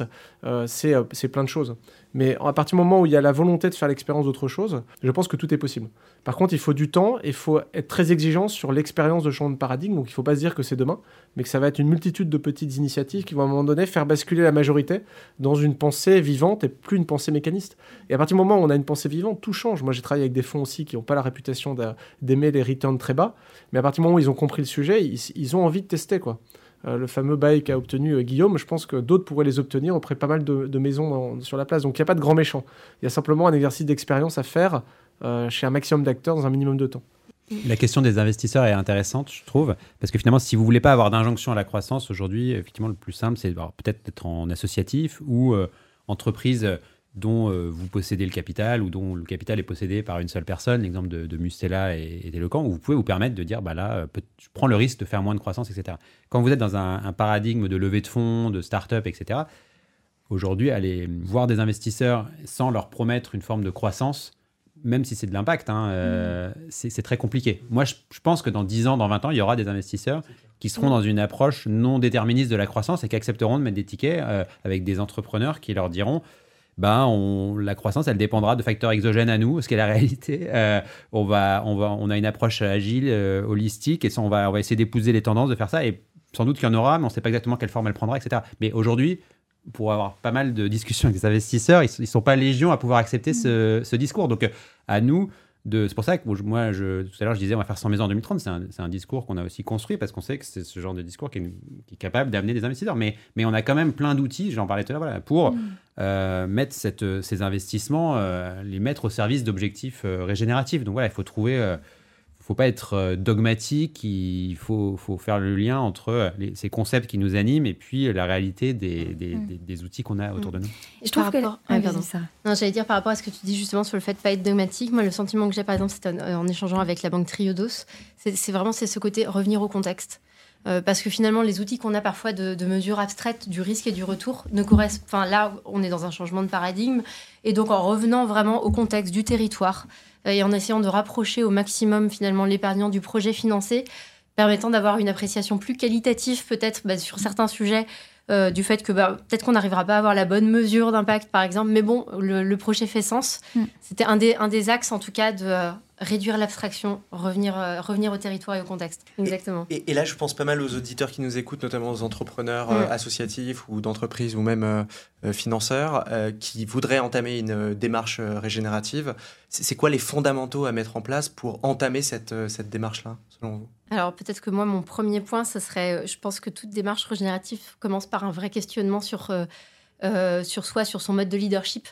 c'est plein de choses. Mais à partir du moment où il y a la volonté de faire l'expérience d'autre chose, je pense que tout est possible. Par contre, il faut du temps et il faut être très exigeant sur l'expérience de changement de paradigme. Donc il ne faut pas se dire que c'est demain, mais que ça va être une multitude de petites initiatives qui vont à un moment donné faire basculer la majorité dans une pensée vivante et plus une pensée mécaniste. Et à partir du moment où on a une pensée vivante, tout change. Moi, j'ai travaillé avec des fonds aussi qui n'ont pas la réputation d'aimer les returns très bas, mais à partir du moment où ils ont compris le sujet, ils ont envie de tester, quoi. Le fameux bail qu'a obtenu Guillaume, je pense que d'autres pourraient les obtenir auprès de pas mal de maisons sur la place. Donc il n'y a pas de grand méchant. Il y a simplement un exercice d'expérience à faire chez un maximum d'acteurs dans un minimum de temps. La question des investisseurs est intéressante, je trouve, parce que finalement, si vous ne voulez pas avoir d'injonction à la croissance, aujourd'hui, effectivement, le plus simple, c'est peut-être d'être en associatif ou entreprise dont vous possédez le capital ou dont le capital est possédé par une seule personne, l'exemple de Mustela et d'Eloquent, où vous pouvez vous permettre de dire, je prends le risque de faire moins de croissance, etc. Quand vous êtes dans un paradigme de levée de fonds, de start-up, etc., aujourd'hui, aller voir des investisseurs sans leur promettre une forme de croissance, même si c'est de l'impact, c'est très compliqué. Moi, je pense que dans 10 ans, dans 20 ans, il y aura des investisseurs qui seront dans une approche non déterministe de la croissance et qui accepteront de mettre des tickets avec des entrepreneurs qui leur diront la croissance, elle dépendra de facteurs exogènes à nous, ce qui est la réalité. On a une approche agile, holistique, et ça, on va essayer d'épouser les tendances, de faire ça. Et sans doute qu'il y en aura, mais on ne sait pas exactement quelle forme elle prendra, etc. Mais aujourd'hui, pour avoir pas mal de discussions avec des investisseurs, ils ne sont pas légion à pouvoir accepter ce discours. Donc, à nous, c'est pour ça que moi, tout à l'heure, je disais on va faire 100 maisons en 2030. C'est un discours qu'on a aussi construit parce qu'on sait que c'est ce genre de discours qui est capable d'amener des investisseurs. Mais on a quand même plein d'outils, j'en parlais tout à l'heure, pour mettre ces investissements, les mettre au service d'objectifs régénératifs. Donc voilà, il faut trouver... Il ne faut pas être dogmatique, il faut faire le lien entre ces concepts qui nous animent et puis la réalité des outils qu'on a autour de nous. Et je trouve j'allais dire par rapport à ce que tu dis justement sur le fait de ne pas être dogmatique, moi le sentiment que j'ai par exemple, c'est en échangeant avec la banque Triodos, c'est ce côté revenir au contexte. Parce que finalement, les outils qu'on a parfois de mesures abstraites du risque et du retour ne correspondent... Enfin, là, on est dans un changement de paradigme. Et donc, en revenant vraiment au contexte du territoire et en essayant de rapprocher au maximum, finalement, l'épargnant du projet financé, permettant d'avoir une appréciation plus qualitative, peut-être, sur certains sujets, du fait que peut-être qu'on n'arrivera pas à avoir la bonne mesure d'impact, par exemple. Mais bon, le projet fait sens. C'était un des axes, en tout cas, de... réduire l'abstraction, revenir au territoire et au contexte. Exactement. Et là, je pense pas mal aux auditeurs qui nous écoutent, notamment aux entrepreneurs associatifs ou d'entreprises ou même financeurs qui voudraient entamer une démarche régénérative. C'est quoi les fondamentaux à mettre en place pour entamer cette démarche-là, selon vous? Alors, peut-être que moi, mon premier point, ce serait, je pense que toute démarche régénérative commence par un vrai questionnement sur soi, sur son mode de leadership.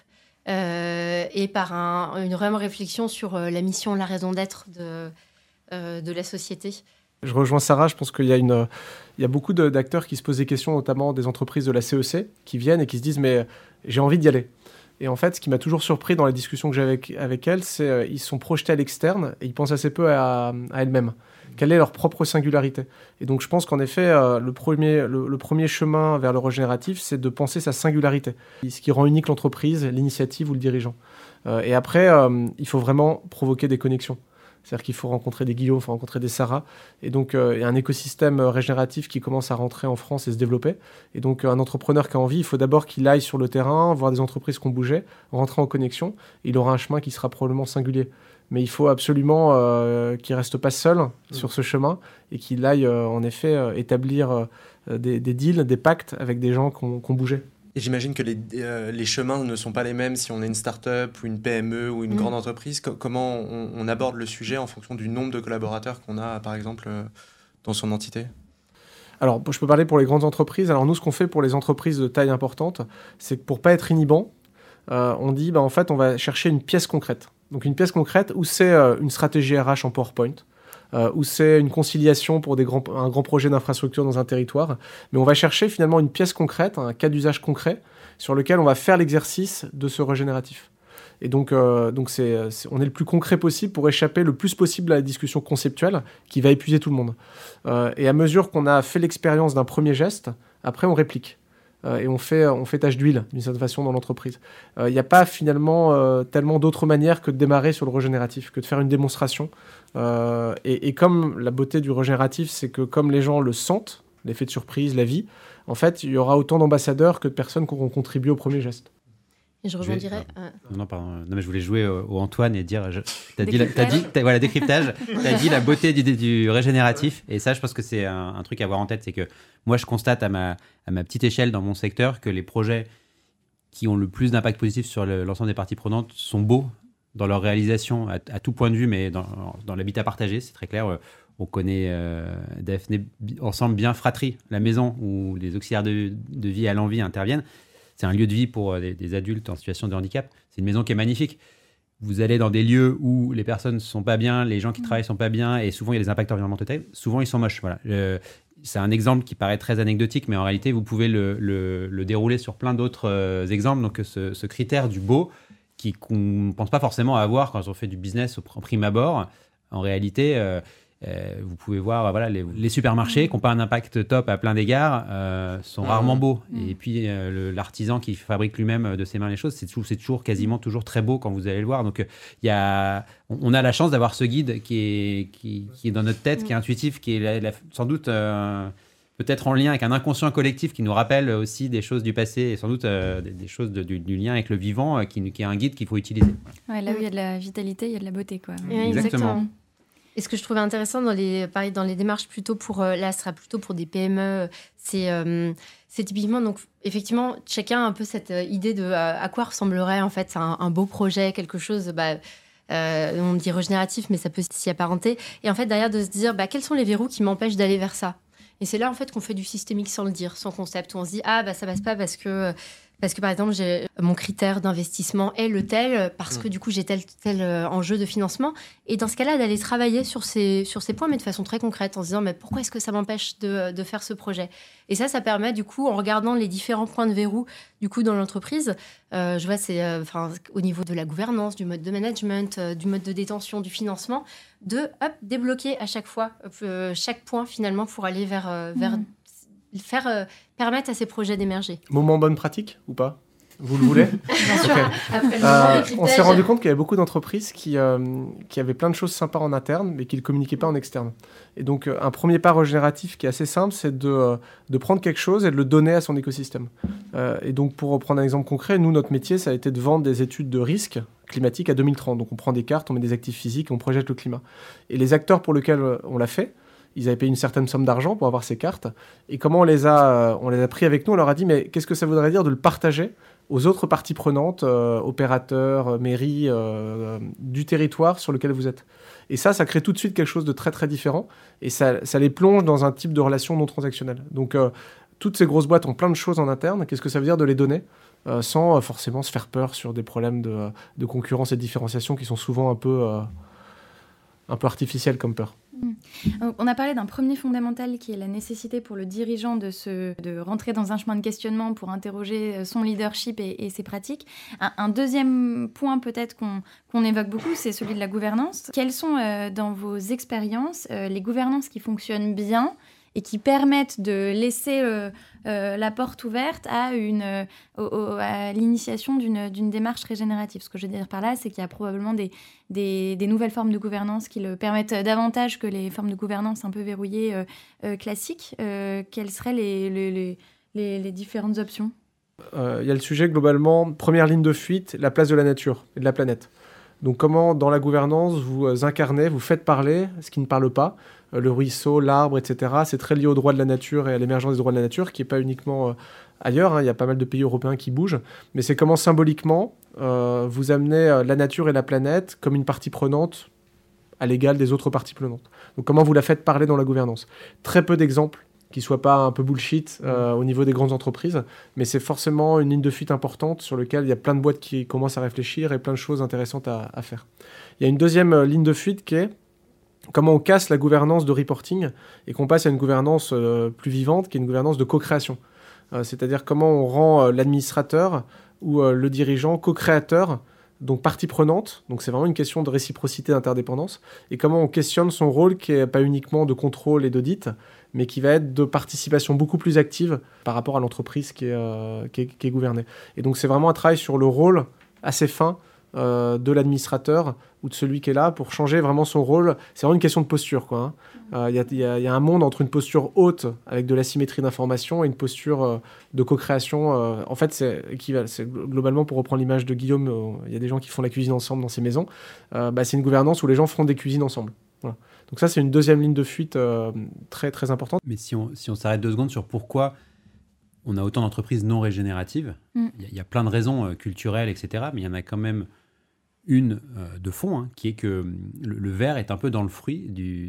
Et par une vraie réflexion sur la mission, la raison d'être de la société. Je rejoins Sarah, je pense qu'il y a beaucoup d'acteurs qui se posent des questions, notamment des entreprises de la CEC, qui viennent et qui se disent « mais j'ai envie d'y aller ». Et en fait, ce qui m'a toujours surpris dans les discussions que j'ai avec elles, c'est qu'ils sont projetés à l'externe et ils pensent assez peu à elles-mêmes. Quelle est leur propre singularité? Et donc, je pense qu'en effet, le premier chemin vers le régénératif, c'est de penser sa singularité, ce qui rend unique l'entreprise, l'initiative ou le dirigeant. Et après, il faut vraiment provoquer des connexions. C'est-à-dire qu'il faut rencontrer des Guillaume, il faut rencontrer des Sarah. Et donc, il y a un écosystème régénératif qui commence à rentrer en France et se développer. Et donc, un entrepreneur qui a envie, il faut d'abord qu'il aille sur le terrain, voir des entreprises qui ont bougé, rentrer en connexion. Il aura un chemin qui sera probablement singulier. Mais il faut absolument qu'il ne reste pas seul sur ce chemin et qu'il aille, en effet, établir des deals, des pactes avec des gens qui ont bougé. Et j'imagine que les chemins ne sont pas les mêmes si on est une start-up ou une PME ou une grande entreprise. Comment on aborde le sujet en fonction du nombre de collaborateurs qu'on a, par exemple, dans son entité ? Alors, je peux parler pour les grandes entreprises. Alors, nous, ce qu'on fait pour les entreprises de taille importante, c'est que pour ne pas être inhibant, on dit, en fait, on va chercher une pièce concrète. Donc, une pièce concrète où c'est une stratégie RH en PowerPoint, où c'est une conciliation pour un grand projet d'infrastructure dans un territoire. Mais on va chercher finalement une pièce concrète, un cas d'usage concret, sur lequel on va faire l'exercice de ce régénératif. Et donc on est le plus concret possible pour échapper le plus possible à la discussion conceptuelle qui va épuiser tout le monde. Et à mesure qu'on a fait l'expérience d'un premier geste, après on réplique. Et on fait tâche d'huile, d'une certaine façon, dans l'entreprise. Il n'y a pas finalement tellement d'autres manières que de démarrer sur le régénératif, que de faire une démonstration. Et comme la beauté du régénératif, c'est que comme les gens le sentent, l'effet de surprise, la vie, en fait, il y aura autant d'ambassadeurs que de personnes qui auront contribué au premier geste. Et je rebondirais. Non, pardon. Non, mais je voulais jouer au Antoine et dire. Voilà, décryptage. Tu as dit la beauté du régénératif. Et ça, je pense que c'est un truc à avoir en tête. C'est que moi, je constate à ma petite échelle dans mon secteur que les projets qui ont le plus d'impact positif sur l'ensemble des parties prenantes sont beaux dans leur réalisation à tout point de vue, mais dans l'habitat partagé, c'est très clair. On connaît Daphné ensemble bien Fratrie, la maison où les auxiliaires de vie à l'envie interviennent. C'est un lieu de vie pour des adultes en situation de handicap. C'est une maison qui est magnifique. Vous allez dans des lieux où les personnes ne sont pas bien, les gens qui travaillent ne sont pas bien, et souvent il y a des impacts environnementaux terribles. Souvent ils sont moches. Voilà. C'est un exemple qui paraît très anecdotique, mais en réalité vous pouvez le dérouler sur plein d'autres exemples. Donc ce critère du beau, qu'on ne pense pas forcément avoir quand on fait du business au prime abord, en réalité... vous pouvez voir les supermarchés qui n'ont pas un impact top à plein d'égards sont rarement beaux. Et puis l'artisan qui fabrique lui-même de ses mains les choses, c'est toujours quasiment toujours très beau quand vous allez le voir. Donc on a la chance d'avoir ce guide qui est dans notre tête, qui est intuitif, qui est sans doute peut-être en lien avec un inconscient collectif qui nous rappelle aussi des choses du passé et sans doute des choses du lien avec le vivant, qui est un guide qu'il faut utiliser. Ouais, là où il y a de la vitalité, il y a de la beauté, quoi. Exactement. Et ce que je trouvais intéressant dans les démarches plutôt pour là, ce sera plutôt pour des PME, c'est typiquement, donc effectivement, chacun a un peu cette idée de à quoi ressemblerait en fait un beau projet, quelque chose, on dit régénératif, mais ça peut s'y apparenter. Et en fait, derrière, de se dire quels sont les verrous qui m'empêchent d'aller vers ça. Et c'est là en fait qu'on fait du systémique sans le dire, sans concept, où on se dit ça passe pas parce que par exemple, mon critère d'investissement est le tel, parce que du coup, j'ai tel enjeu de financement. Et dans ce cas-là, d'aller travailler sur ces points, mais de façon très concrète, en se disant, mais pourquoi est-ce que ça m'empêche de faire ce projet ? Et ça permet, du coup, en regardant les différents points de verrou, du coup, dans l'entreprise, je vois, c'est au niveau de la gouvernance, du mode de management, du mode de détention, du financement, de débloquer à chaque fois chaque point, finalement, pour aller vers permettre à ces projets d'émerger. Moment bonne pratique ou pas ? Vous le voulez ? Bien sûr. Après, on s'est rendu compte qu'il y avait beaucoup d'entreprises qui avaient plein de choses sympas en interne, mais qui ne le communiquaient pas en externe. Et donc, un premier pas régénératif qui est assez simple, c'est de prendre quelque chose et de le donner à son écosystème. Et donc, pour reprendre un exemple concret, nous, notre métier, ça a été de vendre des études de risque climatique à 2030. Donc, on prend des cartes, on met des actifs physiques et on projette le climat. Et les acteurs pour lesquels on l'a fait, ils avaient payé une certaine somme d'argent pour avoir ces cartes. Et comment on les a pris avec nous ? On leur a dit, mais qu'est-ce que ça voudrait dire de le partager aux autres parties prenantes, opérateurs, mairies, du territoire sur lequel vous êtes. Et ça crée tout de suite quelque chose de très, très différent. Et ça les plonge dans un type de relation non transactionnelle. Donc, toutes ces grosses boîtes ont plein de choses en interne. Qu'est-ce que ça veut dire de les donner sans forcément se faire peur sur des problèmes de concurrence et de différenciation qui sont souvent un peu artificiels comme peur. On a parlé d'un premier fondamental qui est la nécessité pour le dirigeant de rentrer dans un chemin de questionnement pour interroger son leadership et ses pratiques. Un deuxième point peut-être qu'on évoque beaucoup, c'est celui de la gouvernance. Quelles sont dans vos expériences les gouvernances qui fonctionnent bien et qui permettent de laisser la porte ouverte à l'initiation d'une démarche régénérative. Ce que je veux dire par là, c'est qu'il y a probablement des nouvelles formes de gouvernance qui le permettent davantage que les formes de gouvernance un peu verrouillées classiques. Quelles seraient les différentes options ? Il y a le sujet globalement, première ligne de fuite, la place de la nature et de la planète. Donc comment dans la gouvernance vous incarnez, vous faites parler ce qui ne parle pas, le ruisseau, l'arbre, etc. C'est très lié aux droits de la nature et à l'émergence des droits de la nature, qui n'est pas uniquement ailleurs, il y a pas mal de pays européens qui bougent, mais c'est comment symboliquement vous amenez la nature et la planète comme une partie prenante à l'égal des autres parties prenantes. Donc comment vous la faites parler dans la gouvernance. Très peu d'exemples qui ne soient pas un peu bullshit au niveau des grandes entreprises, mais c'est forcément une ligne de fuite importante sur laquelle il y a plein de boîtes qui commencent à réfléchir et plein de choses intéressantes à faire. Il y a une deuxième ligne de fuite qui est comment on casse la gouvernance de reporting et qu'on passe à une gouvernance plus vivante, qui est une gouvernance de co-création. C'est-à-dire comment on rend l'administrateur ou le dirigeant co-créateur, donc partie prenante, donc c'est vraiment une question de réciprocité, d'interdépendance, et comment on questionne son rôle qui n'est pas uniquement de contrôle et d'audit, mais qui va être de participation beaucoup plus active par rapport à l'entreprise qui est gouvernée. Et donc c'est vraiment un travail sur le rôle assez fin de l'administrateur ou de celui qui est là pour changer vraiment son rôle. C'est vraiment une question de posture, quoi. Il y a un monde entre une posture haute avec de l'asymétrie d'information et une posture de co-création. En fait, c'est globalement, pour reprendre l'image de Guillaume, il y a des gens qui font la cuisine ensemble dans ces maisons. C'est une gouvernance où les gens font des cuisines ensemble. Voilà. Donc ça, c'est une deuxième ligne de fuite très, très importante. Mais si on s'arrête 2 secondes sur pourquoi on a autant d'entreprises non régénératives, il y a plein de raisons culturelles, etc., mais il y en a quand même une de fond, qui est que le ver est un peu dans le fruit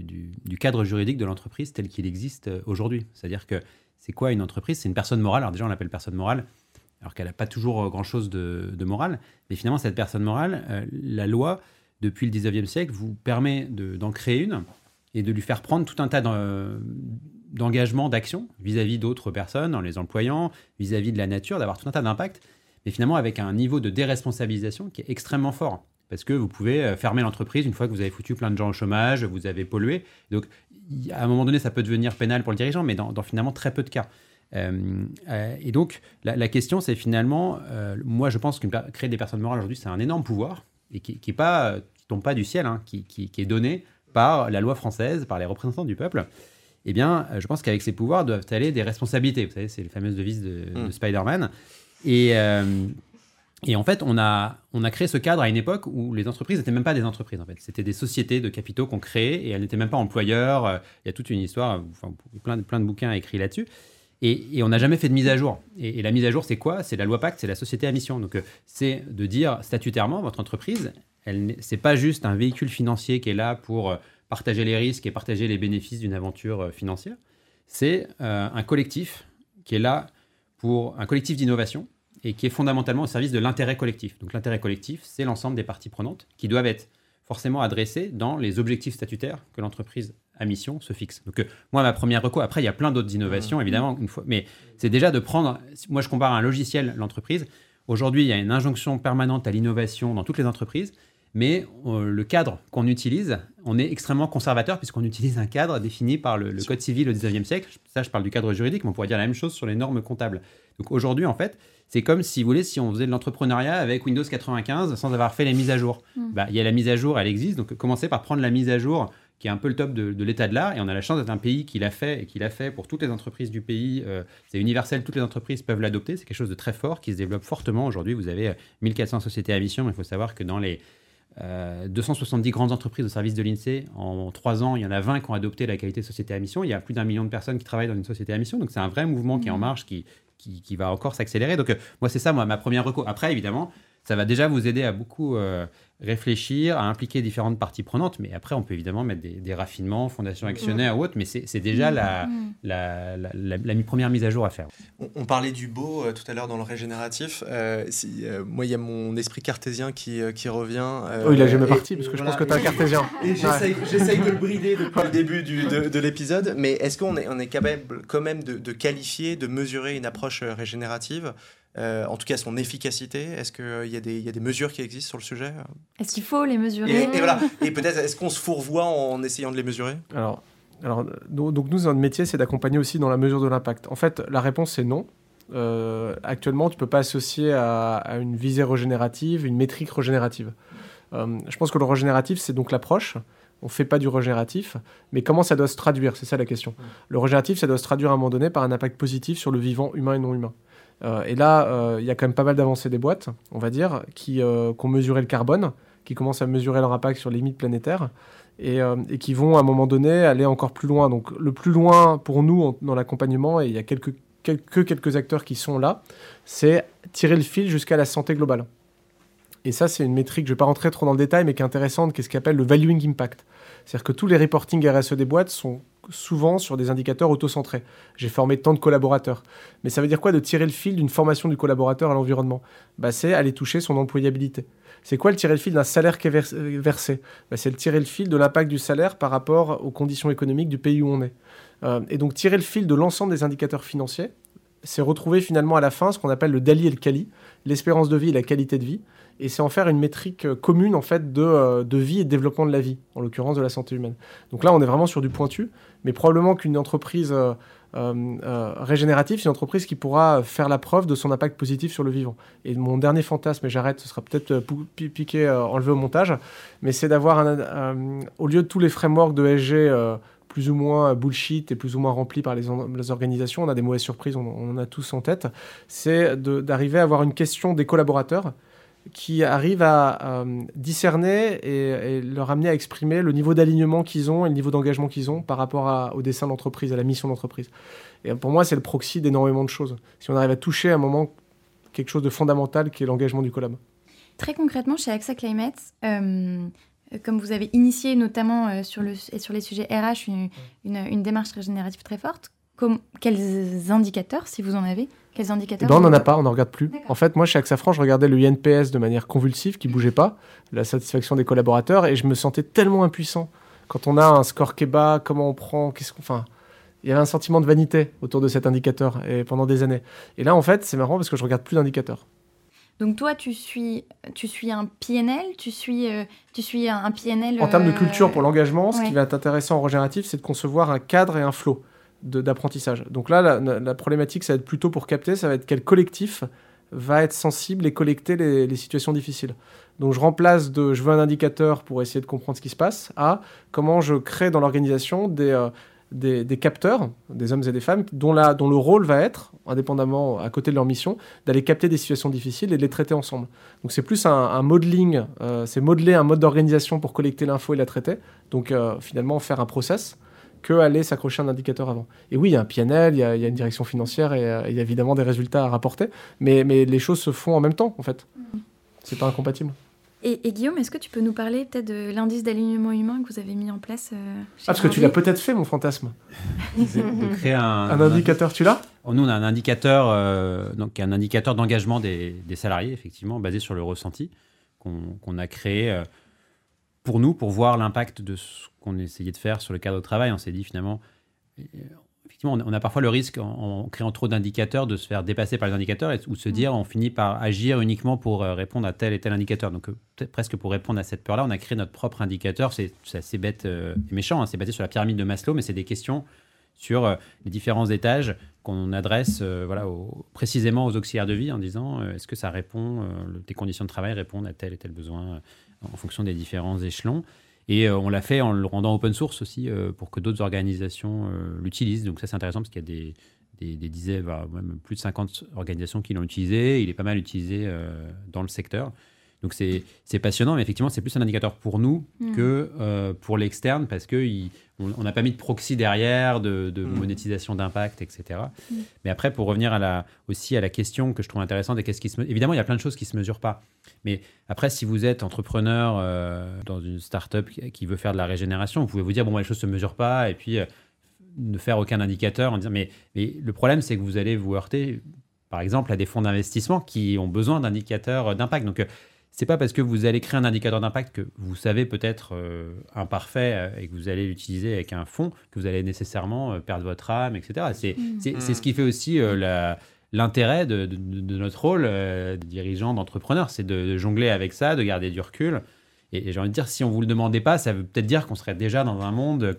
du cadre juridique de l'entreprise tel qu'il existe aujourd'hui. C'est-à-dire que c'est quoi une entreprise ? C'est une personne morale. Alors déjà, on l'appelle personne morale, alors qu'elle n'a pas toujours grand-chose de morale. Mais finalement, cette personne morale, la loi, depuis le 19e siècle, vous permet d'en créer une et de lui faire prendre tout un tas d'engagements, d'actions vis-à-vis d'autres personnes, en les employant, vis-à-vis de la nature, d'avoir tout un tas d'impacts, mais finalement avec un niveau de déresponsabilisation qui est extrêmement fort. Parce que vous pouvez fermer l'entreprise une fois que vous avez foutu plein de gens au chômage, vous avez pollué. Donc, à un moment donné, ça peut devenir pénal pour le dirigeant, mais dans finalement très peu de cas. Et donc, la question, c'est finalement, moi, je pense que créer des personnes morales aujourd'hui, c'est un énorme pouvoir et qui tombe pas du ciel, qui est donné par la loi française, par les représentants du peuple. Eh bien, je pense qu'avec ces pouvoirs doivent aller des responsabilités. Vous savez, c'est les fameuses devises de Spider-Man. Et en fait, on a créé ce cadre à une époque où les entreprises n'étaient même pas des entreprises. En fait. C'était des sociétés de capitaux qu'on créait et elles n'étaient même pas employeurs. Il y a toute une histoire, plein de bouquins écrits là-dessus. Et on n'a jamais fait de mise à jour. Et la mise à jour, c'est quoi ? C'est la loi Pacte, c'est la société à mission. Donc, c'est de dire statutairement, votre entreprise, c'est pas juste un véhicule financier qui est là pour partager les risques et partager les bénéfices d'une aventure financière. C'est un collectif qui est là pour un collectif d'innovation et qui est fondamentalement au service de l'intérêt collectif. Donc l'intérêt collectif, c'est l'ensemble des parties prenantes qui doivent être forcément adressées dans les objectifs statutaires que l'entreprise à mission se fixe. Donc moi, ma première reco, après il y a plein d'autres innovations évidemment, mais c'est déjà de prendre, moi je compare un logiciel, l'entreprise. Aujourd'hui, il y a une injonction permanente à l'innovation dans toutes les entreprises, mais le cadre qu'on utilise, on est extrêmement conservateur puisqu'on utilise un cadre défini par le Code civil au 19e siècle. Ça, je parle du cadre juridique, mais on pourrait dire la même chose sur les normes comptables. Donc aujourd'hui, en fait, c'est comme si, vous voulez, si on faisait de l'entrepreneuriat avec Windows 95 sans avoir fait les mises à jour. Il y a la mise à jour, elle existe, donc commencez par prendre la mise à jour qui est un peu le top de l'état de l'art, et on a la chance d'être un pays qui l'a fait, et qui l'a fait pour toutes les entreprises du pays. C'est universel, toutes les entreprises peuvent l'adopter, c'est quelque chose de très fort, qui se développe fortement. Aujourd'hui, vous avez 1400 sociétés à mission, mais il faut savoir que dans les 270 grandes entreprises au service de l'INSEE, en 3 ans, il y en a 20 qui ont adopté la qualité de société à mission. Il y a plus d'1 million de personnes qui travaillent dans une société à mission, donc c'est un vrai mouvement qui est en marche, qui va encore s'accélérer. Donc moi, c'est ça, ma première reco. Après, évidemment, ça va déjà vous aider à beaucoup réfléchir, à impliquer différentes parties prenantes, mais après, on peut évidemment mettre des raffinements, fondations actionnaires ou autres, mais c'est déjà la première mise à jour à faire. On parlait du beau tout à l'heure dans le régénératif. Moi, il y a mon esprit cartésien qui revient. Il a jamais parti, parce que je pense que tu es un cartésien. Et j'essaye de le brider depuis le début de l'épisode, mais est-ce qu'on est capable quand même de qualifier, de mesurer une approche régénérative, en tout cas son efficacité? Est-ce qu'il y a des mesures qui existent sur le sujet? Est-ce qu'il faut les mesurer? Et voilà. Et peut-être, est-ce qu'on se fourvoie en essayant de les mesurer? Alors, Alors, donc nous, notre métier, c'est d'accompagner aussi dans la mesure de l'impact. En fait, la réponse, c'est non. Actuellement, tu ne peux pas associer à une visée régénérative une métrique régénérative. Je pense que le régénératif, c'est donc l'approche. On ne fait pas du régénératif, mais comment ça doit se traduire? C'est ça la question. Le régénératif, ça doit se traduire à un moment donné par un impact positif sur le vivant humain et non humain. Et là, il y a quand même pas mal d'avancées des boîtes, on va dire, qui ont mesuré le carbone, qui commencent à mesurer leur impact sur les limites planétaires, et qui vont à un moment donné aller encore plus loin. Donc le plus loin pour nous dans l'accompagnement, et il y a quelques acteurs qui sont là, c'est tirer le fil jusqu'à la santé globale. Et ça, c'est une métrique, je ne vais pas rentrer trop dans le détail, mais qui est intéressante, qui est ce qu'on appelle le valuing impact. C'est-à-dire que tous les reporting RSE des boîtes sont souvent sur des indicateurs auto-centrés. J'ai formé tant de collaborateurs. Mais ça veut dire quoi de tirer le fil d'une formation du collaborateur à l'environnement? C'est aller toucher son employabilité. C'est quoi le tirer le fil d'un salaire qui est versé? C'est le tirer le fil de l'impact du salaire par rapport aux conditions économiques du pays où on est. Et donc tirer le fil de l'ensemble des indicateurs financiers, c'est retrouver finalement à la fin ce qu'on appelle le DALI et le CALI, l'espérance de vie et la qualité de vie. Et c'est en faire une métrique commune en fait de vie et de développement de la vie, en l'occurrence de la santé humaine. Donc là, on est vraiment sur du pointu, mais probablement qu'une entreprise régénérative, c'est une entreprise qui pourra faire la preuve de son impact positif sur le vivant. Et mon dernier fantasme, et j'arrête, ce sera peut-être piqué, enlevé au montage, mais c'est d'avoir, au lieu de tous les frameworks de SG plus ou moins bullshit et plus ou moins remplis par les organisations, on a des mauvaises surprises, on en a tous en tête, c'est d'arriver à avoir une question des collaborateurs qui arrivent à discerner et leur amener à exprimer le niveau d'alignement qu'ils ont et le niveau d'engagement qu'ils ont par rapport au dessin de l'entreprise, à la mission de l'entreprise. Et pour moi, c'est le proxy d'énormément de choses. Si on arrive à toucher à un moment quelque chose de fondamental qui est l'engagement du collab. Très concrètement, chez AXA Climate, comme vous avez initié notamment sur les sujets RH une démarche régénérative très forte, quels indicateurs, si vous en avez, quels indicateurs on n'en a pas, on n'en regarde plus. D'accord. En fait, moi, chez AXA France, je regardais le INPS de manière convulsive, qui ne bougeait pas, la satisfaction des collaborateurs, et je me sentais tellement impuissant. Quand on a un score qui est bas, comment on prend, il y avait un sentiment de vanité autour de cet indicateur et pendant des années. Et là, en fait, c'est marrant parce que je regarde plus d'indicateurs. Donc toi, tu suis un PNL, tu suis un PNL... En termes de culture pour l'engagement, ce qui va être intéressant en régénératif, c'est de concevoir un cadre et un flow d'apprentissage. Donc là, la problématique, ça va être plutôt pour capter, ça va être quel collectif va être sensible et collecter les situations difficiles. Donc je remplace je veux un indicateur pour essayer de comprendre ce qui se passe, à comment je crée dans l'organisation des capteurs, des hommes et des femmes, dont le rôle va être, indépendamment à côté de leur mission, d'aller capter des situations difficiles et de les traiter ensemble. Donc c'est plus un modeling, c'est modeler un mode d'organisation pour collecter l'info et la traiter, donc finalement faire un process, que aller s'accrocher à un indicateur avant. Et oui, il y a un PNL, il y a une direction financière et il y a évidemment des résultats à rapporter, mais les choses se font en même temps, en fait. C'est pas incompatible. Et Guillaume, est-ce que tu peux nous parler peut-être de l'indice d'alignement humain que vous avez mis en place parce que tu l'as peut-être fait, mon fantasme. De créer un indicateur, tu l'as? Nous, on a un indicateur, donc un indicateur d'engagement des salariés, effectivement, basé sur le ressenti, qu'on a créé pour nous, pour voir l'impact de ce qu'on essayait de faire sur le cadre de travail. On s'est dit finalement, effectivement, on a parfois le risque, en créant trop d'indicateurs, de se faire dépasser par les indicateurs ou se dire on finit par agir uniquement pour répondre à tel et tel indicateur. Donc, presque pour répondre à cette peur-là, on a créé notre propre indicateur. C'est assez bête et méchant, hein. C'est basé sur la pyramide de Maslow, mais c'est des questions sur les différents étages qu'on adresse précisément aux auxiliaires de vie en disant est-ce que ça répond, tes conditions de travail répondent à tel et tel besoin en fonction des différents échelons. Et on l'a fait en le rendant open source aussi pour que d'autres organisations l'utilisent. Donc ça, c'est intéressant parce qu'il y a des dizaines, même plus de 50 organisations qui l'ont utilisé. Il est pas mal utilisé dans le secteur. Donc c'est passionnant, mais effectivement, c'est plus un indicateur pour nous que pour l'externe parce qu'on n'a pas mis de proxy derrière, de monétisation d'impact, etc. Mais après, pour revenir aussi à la question que je trouve intéressante, évidemment, il y a plein de choses qui ne se mesurent pas. Mais après, si vous êtes entrepreneur dans une start-up qui veut faire de la régénération, vous pouvez vous dire, les choses ne se mesurent pas, et puis ne faire aucun indicateur en disant, mais le problème, c'est que vous allez vous heurter, par exemple, à des fonds d'investissement qui ont besoin d'indicateurs d'impact. Donc, c'est pas parce que vous allez créer un indicateur d'impact que vous savez peut-être imparfait et que vous allez l'utiliser avec un fonds que vous allez nécessairement perdre votre âme, etc. C'est ce qui fait aussi l'intérêt de notre rôle de dirigeant, d'entrepreneur, c'est de jongler avec ça, de garder du recul. Et j'ai envie de dire, si on vous le demandait pas, ça veut peut-être dire qu'on serait déjà dans un monde qui aurait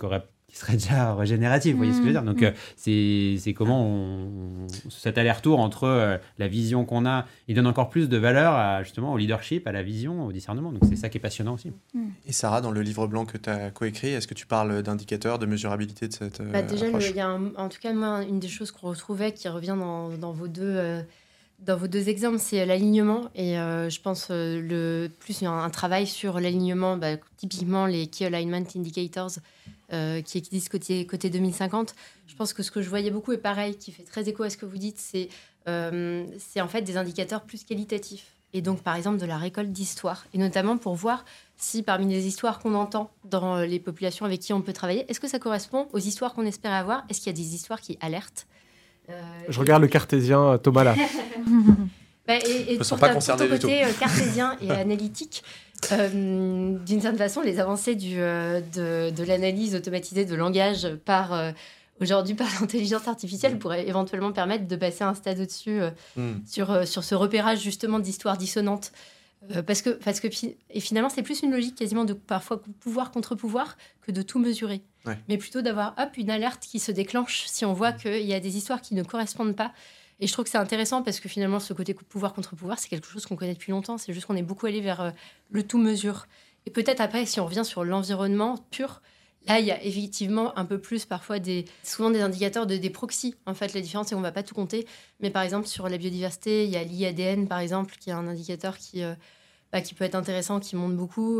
qui serait déjà régénérative, vous voyez ce que je veux dire. Donc, c'est comment cet aller-retour entre la vision qu'on a, il donne encore plus de valeur justement au leadership, à la vision, au discernement. Donc, c'est ça qui est passionnant aussi. Et Sarah, dans le livre blanc que tu as coécrit, est-ce que tu parles d'indicateurs, de mesurabilité de cette Déjà, approche? il y a en tout cas, moi, une des choses qu'on retrouvait qui revient dans vos deux exemples, c'est l'alignement. Et je pense plus un travail sur l'alignement, typiquement les Key Alignment Indicators qui existent côté 2050. Je pense que ce que je voyais beaucoup est pareil, qui fait très écho à ce que vous dites, c'est en fait des indicateurs plus qualitatifs. Et donc, par exemple, de la récolte d'histoires. Et notamment pour voir si parmi les histoires qu'on entend dans les populations avec qui on peut travailler, est-ce que ça correspond aux histoires qu'on espère avoir? Est-ce qu'il y a des histoires qui alertent? Je regarde le cartésien Thomas là. Et Je me sens pour pas concerné ton du tout. côté cartésien et analytique, d'une certaine façon, les avancées de l'analyse automatisée de langage aujourd'hui par l'intelligence artificielle pourraient éventuellement permettre de passer un stade au-dessus sur ce repérage justement d'histoires dissonantes. Parce que et finalement, c'est plus une logique quasiment de parfois pouvoir contre pouvoir que de tout mesurer. Ouais. Mais plutôt d'avoir une alerte qui se déclenche si on voit qu'il y a des histoires qui ne correspondent pas. Et je trouve que c'est intéressant parce que finalement, ce côté pouvoir contre pouvoir, c'est quelque chose qu'on connaît depuis longtemps. C'est juste qu'on est beaucoup allé vers le tout mesure. Et peut-être après, si on revient sur l'environnement pur, là, il y a effectivement un peu plus parfois souvent des indicateurs des proxys. En fait, la différence, c'est qu'on ne va pas tout compter. Mais par exemple, sur la biodiversité, il y a l'IADN, par exemple, qui est un indicateur qui peut être intéressant, qui monte beaucoup.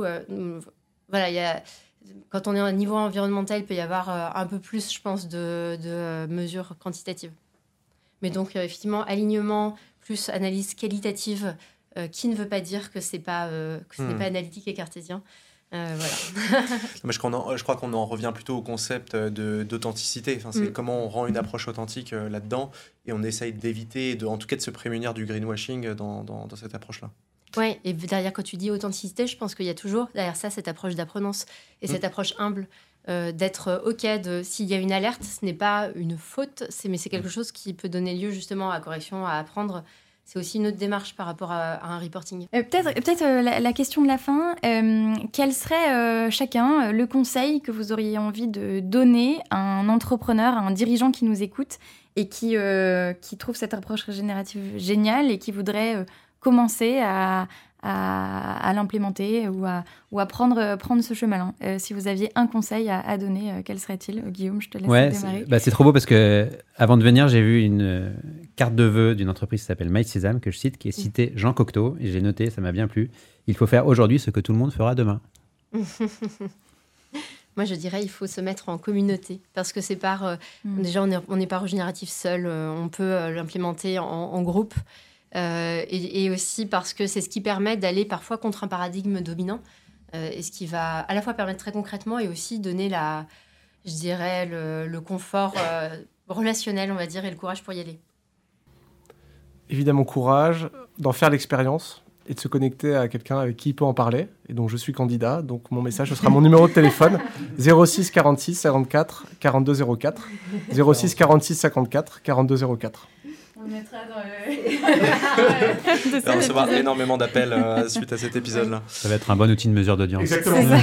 Voilà, quand on est au niveau environnemental, il peut y avoir un peu plus, je pense, de mesures quantitatives. Mais donc, effectivement, alignement plus analyse qualitative, qui ne veut pas dire que ce n'est pas analytique et cartésien. Voilà. Mais je crois qu'on en revient plutôt au concept d'authenticité. Enfin, c'est comment on rend une approche authentique là-dedans, et on essaye d'éviter, en tout cas de se prémunir du greenwashing dans cette approche-là. Oui, et derrière, quand tu dis authenticité, je pense qu'il y a toujours derrière ça cette approche d'apprenance et cette approche humble. D'être OK, s'il y a une alerte, ce n'est pas une faute, mais c'est quelque chose qui peut donner lieu justement à correction, à apprendre. C'est aussi une autre démarche par rapport à un reporting. Peut-être la question de la fin. Quel serait chacun le conseil que vous auriez envie de donner à un entrepreneur, à un dirigeant qui nous écoute et qui trouve cette approche régénérative géniale et qui voudrait commencer à l'implémenter ou à prendre ce chemin-là. Si vous aviez un conseil à donner, quel serait-il? Guillaume, je te laisse démarrer. C'est trop beau parce que avant de venir, j'ai vu une carte de vœux d'une entreprise qui s'appelle MySesame, que je cite, qui est citée Jean Cocteau, et j'ai noté, ça m'a bien plu. Il faut faire aujourd'hui ce que tout le monde fera demain. Moi, je dirais il faut se mettre en communauté parce que c'est déjà, on n'est pas régénératif seul, on peut l'implémenter en groupe. Et aussi parce que c'est ce qui permet d'aller parfois contre un paradigme dominant et ce qui va à la fois permettre très concrètement et aussi donner le confort relationnel, on va dire, et le courage pour y aller. Évidemment, courage d'en faire l'expérience et de se connecter à quelqu'un avec qui il peut en parler. Et donc, je suis candidat. Donc, mon message, ce sera mon numéro de téléphone 06 46 54 42 04. 06 46 54 42 04. On mettra dans On va recevoir énormément d'appels suite à cet épisode-là. Ça va être un bon outil de mesure d'audience. Exactement.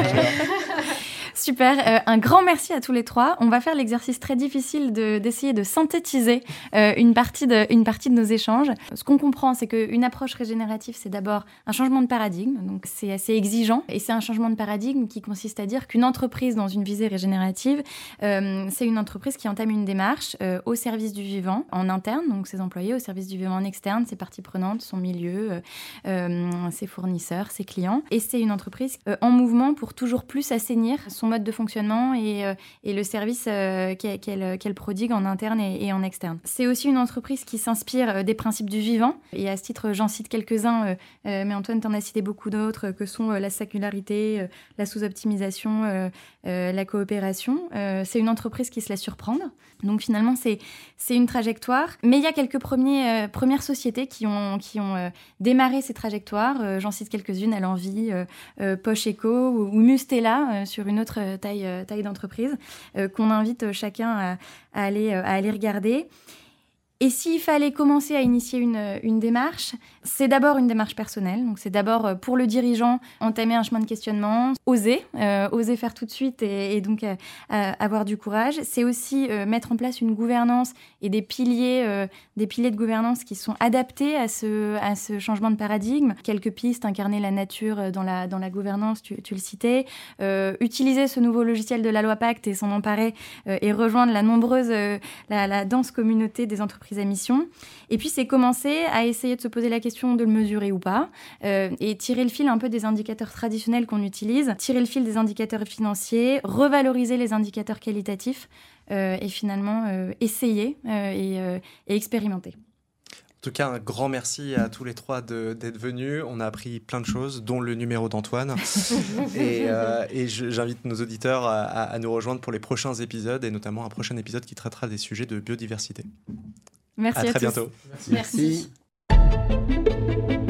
Super, un grand merci à tous les trois. On va faire l'exercice très difficile d'essayer de synthétiser une partie de nos échanges. Ce qu'on comprend, c'est qu'une approche régénérative, c'est d'abord un changement de paradigme, donc c'est assez exigeant, et c'est un changement de paradigme qui consiste à dire qu'une entreprise dans une visée régénérative, c'est une entreprise qui entame une démarche au service du vivant en interne, donc ses employés, au service du vivant en externe, ses parties prenantes, son milieu, ses fournisseurs, ses clients, et c'est une entreprise en mouvement pour toujours plus assainir son mode de fonctionnement et le service qu'elle prodigue en interne et en externe. C'est aussi une entreprise qui s'inspire des principes du vivant. Et à ce titre, j'en cite quelques-uns, mais Antoine t'en a cité beaucoup d'autres, que sont la singularité, la sous-optimisation, la coopération. C'est une entreprise qui se laisse surprendre. Donc finalement, c'est une trajectoire. Mais il y a quelques premières sociétés qui ont démarré ces trajectoires. J'en cite quelques-unes, à l'envie, Poche Eco ou Mustela sur une autre taille d'entreprise qu'on invite chacun à aller regarder. Et s'il fallait commencer à initier une démarche, c'est d'abord une démarche personnelle. Donc c'est d'abord pour le dirigeant entamer un chemin de questionnement, oser faire tout de suite et donc avoir du courage. C'est aussi mettre en place une gouvernance et des piliers de gouvernance qui sont adaptés à ce changement de paradigme. Quelques pistes: incarner la nature dans la gouvernance, tu le citais. Utiliser ce nouveau logiciel de la loi Pacte et s'en emparer et rejoindre la dense communauté des entreprises à mission. Et puis, c'est commencer à essayer de se poser la question de le mesurer ou pas, et tirer le fil un peu des indicateurs traditionnels qu'on utilise, tirer le fil des indicateurs financiers, revaloriser les indicateurs qualitatifs, et finalement essayer et expérimenter. En tout cas, un grand merci à tous les trois d'être venus. On a appris plein de choses, dont le numéro d'Antoine. et j'invite nos auditeurs à nous rejoindre pour les prochains épisodes, et notamment un prochain épisode qui traitera des sujets de biodiversité. Merci à très tous. bientôt. Merci.